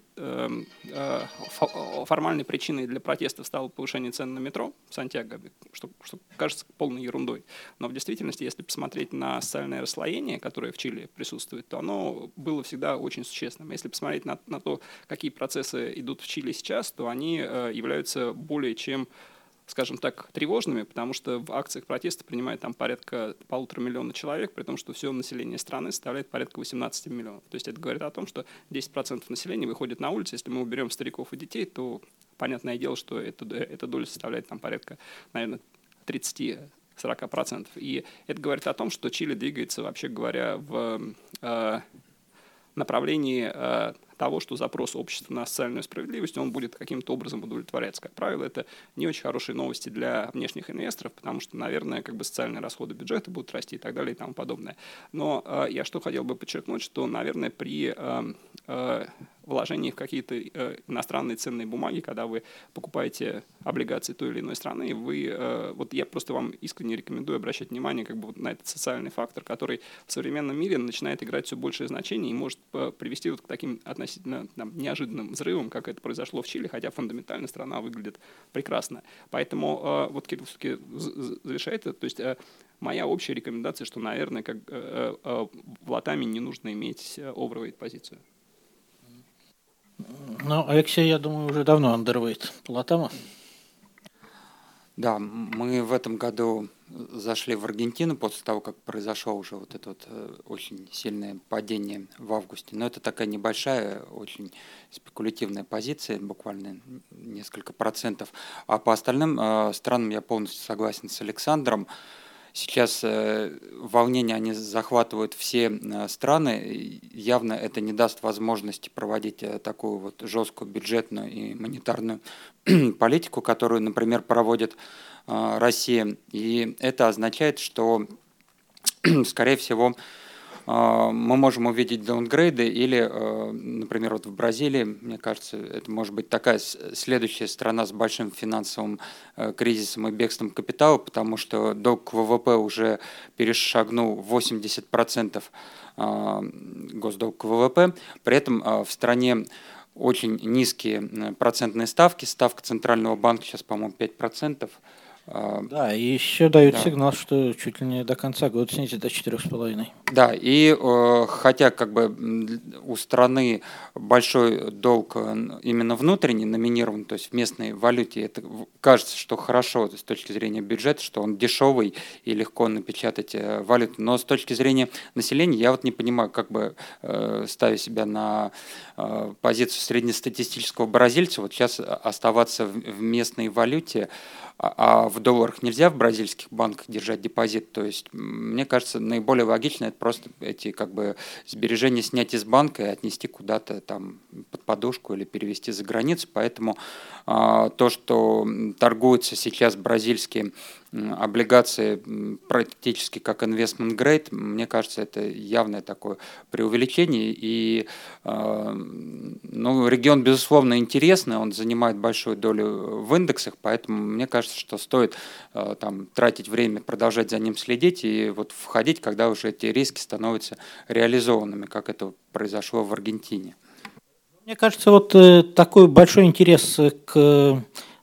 формальной причиной для протестов стало повышение цен на метро в Сантьяго, что, что кажется полной ерундой. Но в действительности, если посмотреть на социальное расслоение, которое в Чили присутствует, то оно было всегда очень существенным. Если посмотреть на, на то, какие процессы идут в Чили сейчас, то они являются более чем, скажем так, тревожными, потому что в акциях протеста принимает там порядка полутора миллиона человек, при том, что все население страны составляет порядка восемнадцати миллионов. То есть это говорит о том, что десять процентов населения выходит на улицы. Если мы уберем стариков и детей, то понятное дело, что это, эта доля составляет там порядка, наверное, тридцать-сорок процентов. И это говорит о том, что Чили двигается, вообще говоря, в э, направлении э, того, что запрос общества на социальную справедливость, он будет каким-то образом удовлетворяться. Как правило, это не очень хорошие новости для внешних инвесторов, потому что, наверное, как бы социальные расходы бюджета будут расти и так далее и тому подобное. Но э, я что хотел бы подчеркнуть, что, наверное, при э, э, вложении в какие-то э, иностранные ценные бумаги, когда вы покупаете облигации той или иной страны, вы, э, вот я просто вам искренне рекомендую обращать внимание как бы вот на этот социальный фактор, который в современном мире начинает играть все большее значение и может э, привести вот к таким относительно там, неожиданным взрывам, как это произошло в Чили, хотя фундаментально страна выглядит прекрасно. Поэтому э, вот Кирилл все-таки завершает это, то есть э, моя общая рекомендация, что, наверное, как, э, э, в Латаме не нужно иметь overweight позицию. Ну, Алексей, я думаю, уже давно андервейт по латаму. Да, мы в этом году зашли в Аргентину после того, как произошло уже вот это вот очень сильное падение в августе. Но это такая небольшая, очень спекулятивная позиция, буквально несколько процентов. А по остальным э, странам я полностью согласен с Александром. Сейчас э, волнения, они захватывают все э, страны. Явно это не даст возможности проводить э, такую вот жесткую бюджетную и монетарную политику, которую, например, проводит э, Россия. И это означает, что, скорее всего, мы можем увидеть даунгрейды или, например, вот в Бразилии, мне кажется, это может быть такая следующая страна с большим финансовым кризисом и бегством капитала, потому что долг к ВВП уже перешагнул восемьдесят процентов госдолг к ВВП. При этом в стране очень низкие процентные ставки. Ставка Центрального банка сейчас, по-моему, пять процентов. Да, и еще дают да. сигнал, что чуть ли не до конца года снизить до четырёх с половиной. Да, и э, хотя как бы у страны большой долг именно внутренний номинирован, то есть в местной валюте, это кажется, что хорошо с точки зрения бюджета, что он дешевый и легко напечатать валюту, но с точки зрения населения я вот не понимаю, как бы э, ставя себя на э, позицию среднестатистического бразильца, вот сейчас оставаться в, в местной валюте, а в долларах нельзя в бразильских банках держать депозит. То есть, мне кажется, наиболее логично это просто эти как бы сбережения снять из банка и отнести куда-то там под подушку или перевести за границу. Поэтому а, то, что торгуются сейчас бразильские облигации практически как investment grade, мне кажется, это явное такое преувеличение. И э, ну, регион, безусловно, интересный, он занимает большую долю в индексах, поэтому мне кажется, что стоит э, там, тратить время, продолжать за ним следить и вот входить, когда уже эти риски становятся реализованными, как это произошло в Аргентине. Мне кажется, вот э, такой большой интерес к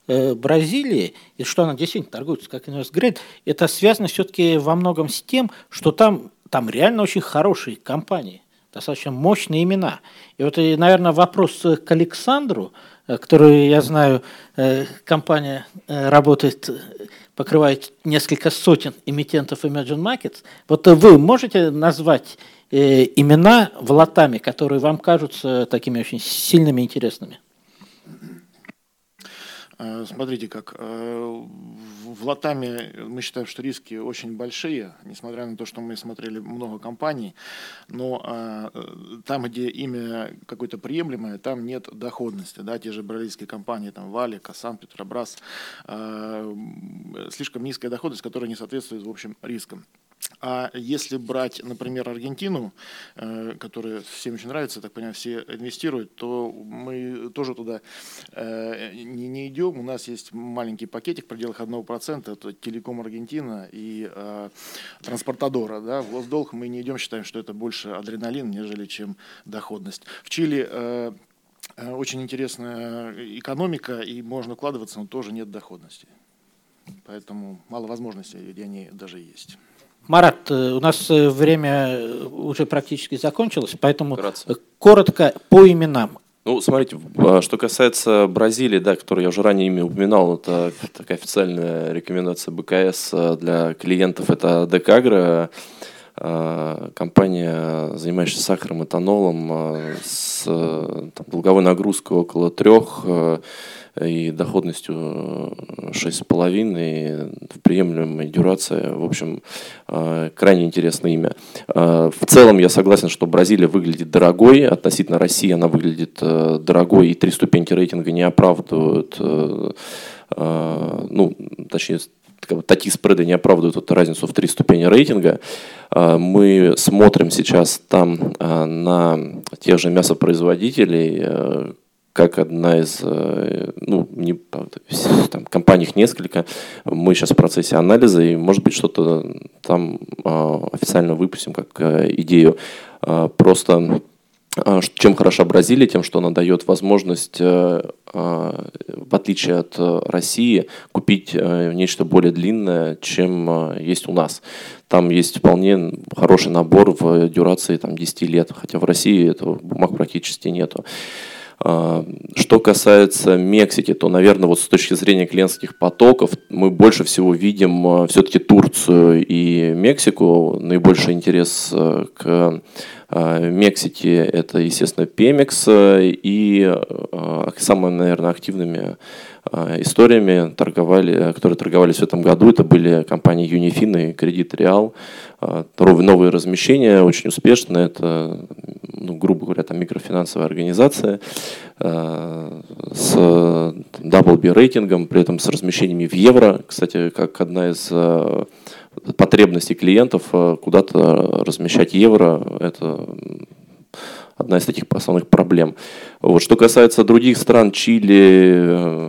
Бразилии, и что она действительно торгуется как инвестгрейд, это связано все-таки во многом с тем, что там, там реально очень хорошие компании, достаточно мощные имена. И вот, и, наверное, вопрос к Александру, который, я знаю, компания работает, покрывает несколько сотен эмитентов Emerging Markets. Вот вы можете назвать имена в латаме, которые вам кажутся такими очень сильными и интересными? Смотрите, как в латаме мы считаем, что риски очень большие, несмотря на то, что мы смотрели много компаний, но там, где имя какое-то приемлемое, там нет доходности. Да, те же бразильские компании, там Вали, Косан, Петробрас, слишком низкая доходность, которая не соответствует, в общем, рискам. А если брать, например, Аргентину, которая всем очень нравится, так понимаю, все инвестируют, то мы тоже туда не, не идем. У нас есть маленький пакетик в пределах одного процента, это Телеком Аргентина и э, Транспортадора. Да. В госдолг мы не идем, считаем, что это больше адреналин, нежели чем доходность. В Чили э, очень интересная экономика, и можно вкладываться, но тоже нет доходности. Поэтому мало возможностей, где они даже есть. Марат, у нас время уже практически закончилось, поэтому Вкратце. Коротко по именам. Ну, смотрите, что касается Бразилии, да, которую я уже ранее ими упоминал, это такая официальная рекомендация БКС для клиентов, это Декагро, компания, занимающаяся сахаром, этанолом, с там, долговой нагрузкой около трех и доходностью шесть с половиной, в приемлемой дюрации. В общем, крайне интересное имя. В целом я согласен, что Бразилия выглядит дорогой, относительно России она выглядит дорогой, и три ступеньки рейтинга не оправдывают, ну, точнее, такие спреды не оправдывают эту разницу в три ступени рейтинга. Мы смотрим сейчас там на тех же мясопроизводителей, как одна из, ну, не, там, компаний их несколько, мы сейчас в процессе анализа, и, может быть, что-то там официально выпустим как идею. Просто чем хороша Бразилия? Тем, что она дает возможность, в отличие от России, купить нечто более длинное, чем есть у нас. Там есть вполне хороший набор в дюрации там, десять лет, хотя в России этого бумаг практически нету. Что касается Мексики, то, наверное, вот с точки зрения клиентских потоков мы больше всего видим все-таки Турцию и Мексику. Наибольший интерес к Мексике – это, естественно, Пемекс, и самыми, наверное, активными историями, торговали, которые торговались в этом году, это были компании Юнифин и Кредит Реал. Новые размещения, очень успешные. Это, ну, грубо говоря, там микрофинансовая организация с дабл би рейтингом, при этом с размещениями в евро. Кстати, как одна из потребностей клиентов куда-то размещать евро, это одна из таких основных проблем. Вот. Что касается других стран, Чили,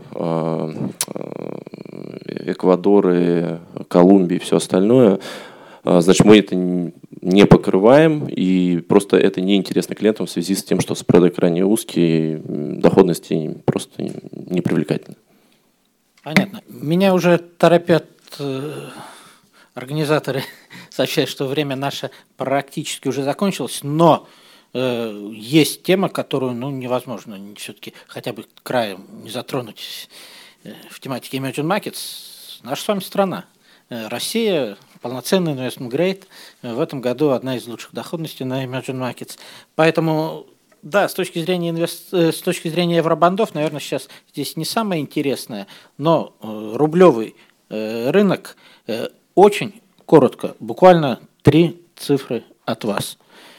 Эквадора, Колумбии и все остальное, значит, мы это не покрываем, и просто это неинтересно клиентам в связи с тем, что спреды крайне узкие, доходности просто не привлекательны. Понятно. Меня уже торопят организаторы, сообщают, что время наше практически уже закончилось, но э, есть тема, которую, ну, невозможно все-таки хотя бы краем не затронуть в тематике Emerging Markets. Наша с вами страна. Россия, полноценный investment grade, в этом году одна из лучших доходностей на Emerging Markets. Поэтому, да, с точки зрения, инвест... с точки зрения евробандов, наверное, сейчас здесь не самое интересное, но рублевый рынок очень коротко, буквально три цифры от вас.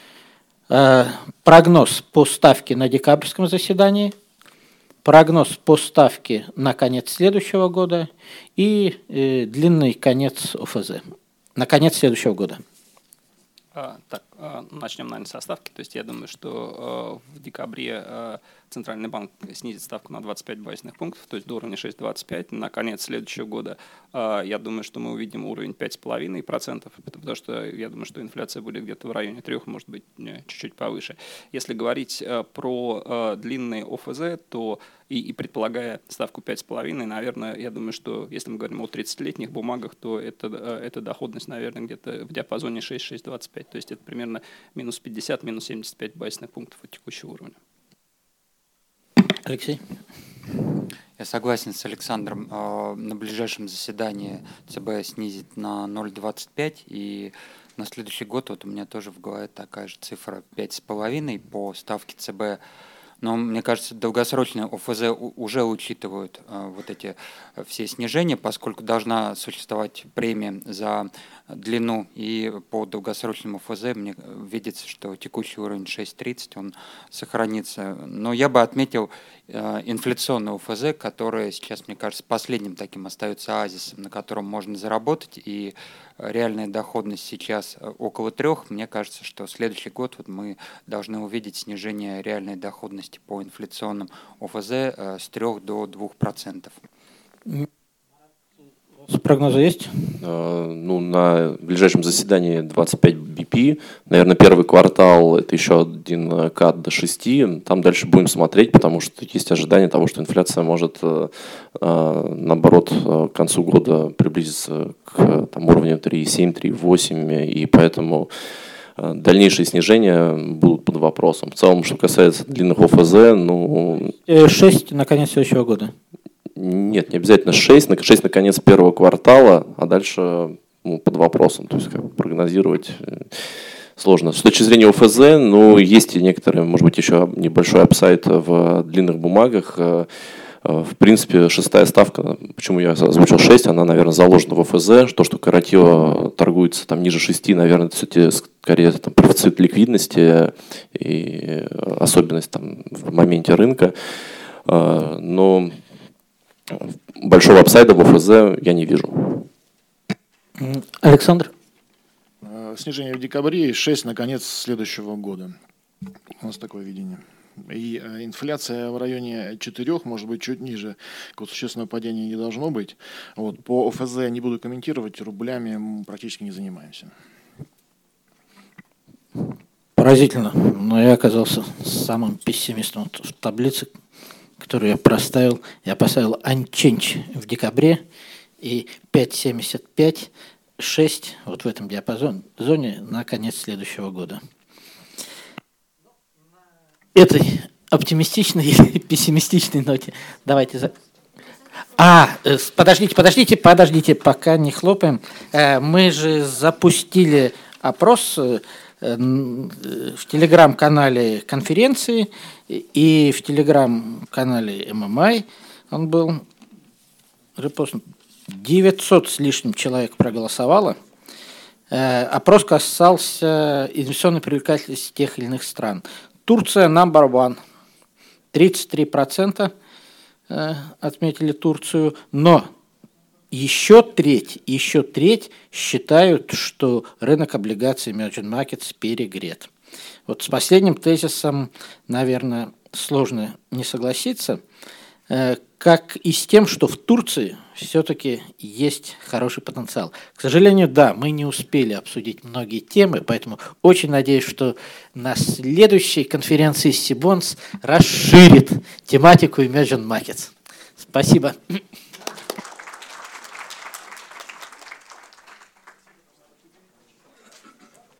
Прогноз по ставке на декабрьском заседании, прогноз по ставке на конец следующего года и э, длинный конец ОФЗ на конец следующего года. А, так, а, начнем, наверное, со ставки. То есть я думаю, что а, в декабре а, Центральный банк снизит ставку на двадцать пять базисных пунктов, то есть до уровня шесть целых двадцать пять. На конец следующего года а, я думаю, что мы увидим уровень пять целых пять десятых процента, потому что я думаю, что инфляция будет где-то в районе трех, может быть, чуть-чуть повыше. Если говорить а, про а, длинные ОФЗ, то и, и предполагая ставку пять целых пять десятых, наверное, я думаю, что если мы говорим о тридцатилетних бумагах, то это, это доходность, наверное, где-то в диапазоне шесть — шесть целых двадцать пять. То есть это примерно минус пятьдесят — минус семьдесят пять базисных пунктов от текущего уровня. Алексей? Я согласен с Александром. На ближайшем заседании ЦБ снизит на ноль целых двадцать пять, и на следующий год вот у меня тоже в голове такая же цифра пять целых пять десятых по ставке ЦБ. Но, мне кажется, долгосрочные ОФЗ уже учитывают э, вот эти все снижения, поскольку должна существовать премия за длину, и по долгосрочному ОФЗ мне видится, что текущий уровень шесть целых тридцать, он сохранится. Но я бы отметил э, инфляционный ОФЗ, который сейчас, мне кажется, последним таким остается оазисом, на котором можно заработать, и реальная доходность сейчас около трех. Мне кажется, что в следующий год вот мы должны увидеть снижение реальной доходности по инфляционным ОФЗ с трёх до двух процентов. Прогнозы есть? Ну, на ближайшем заседании двадцать пять би пи. Наверное, первый квартал – это еще один кат до шести. Там дальше будем смотреть, потому что есть ожидание того, что инфляция может, наоборот, к концу года приблизиться к там, уровню три целых семь — три целых восемь. И поэтому дальнейшие снижения будут под вопросом. В целом, что касается длинных ОФЗ, ну… шесть на конец следующего года. Нет, не обязательно шесть, шесть на конец первого квартала, а дальше ну, под вопросом. То есть как прогнозировать сложно. С точки зрения ОФЗ, ну, есть и некоторые, может быть, еще небольшой апсайд в длинных бумагах. В принципе, шестая ставка, почему я озвучил шесть, она, наверное, заложена в ОФЗ. То, что корректива торгуется там ниже шести, наверное, это все-таки скорее там, профицит ликвидности и особенность там, в моменте рынка. Но большого апсайда в ОФЗ я не вижу. Александр? Снижение в декабре и шесть на конец следующего года. У нас такое видение. И инфляция в районе четырёх, может быть, чуть ниже. Какого существенного падения не должно быть. Вот. По ОФЗ не буду комментировать, рублями мы практически не занимаемся. Поразительно. Но я оказался самым пессимистом в таблице, которую я проставил. Я поставил unchanged в декабре и пять целых семьдесят пять, шесть вот в этом диапазоне зоне на конец следующего года. Этой оптимистичной или пессимистичной ноте. Давайте за... А, подождите, подождите, подождите, пока не хлопаем. Мы же запустили опрос в телеграм-канале конференции и в телеграм-канале эм эм ай. Он был репостнут. девятьсот с лишним человек проголосовало. Опрос касался инвестиционной привлекательности тех или иных стран. Турция number one. тридцать три процента отметили Турцию, но еще треть, еще треть считают, что рынок облигаций Emerging Markets перегрет. Вот с последним тезисом, наверное, сложно не согласиться, как и с тем, что в Турции все-таки есть хороший потенциал. К сожалению, да, мы не успели обсудить многие темы, поэтому очень надеюсь, что на следующей конференции Сибонс расширит тематику Emerging Markets. Спасибо.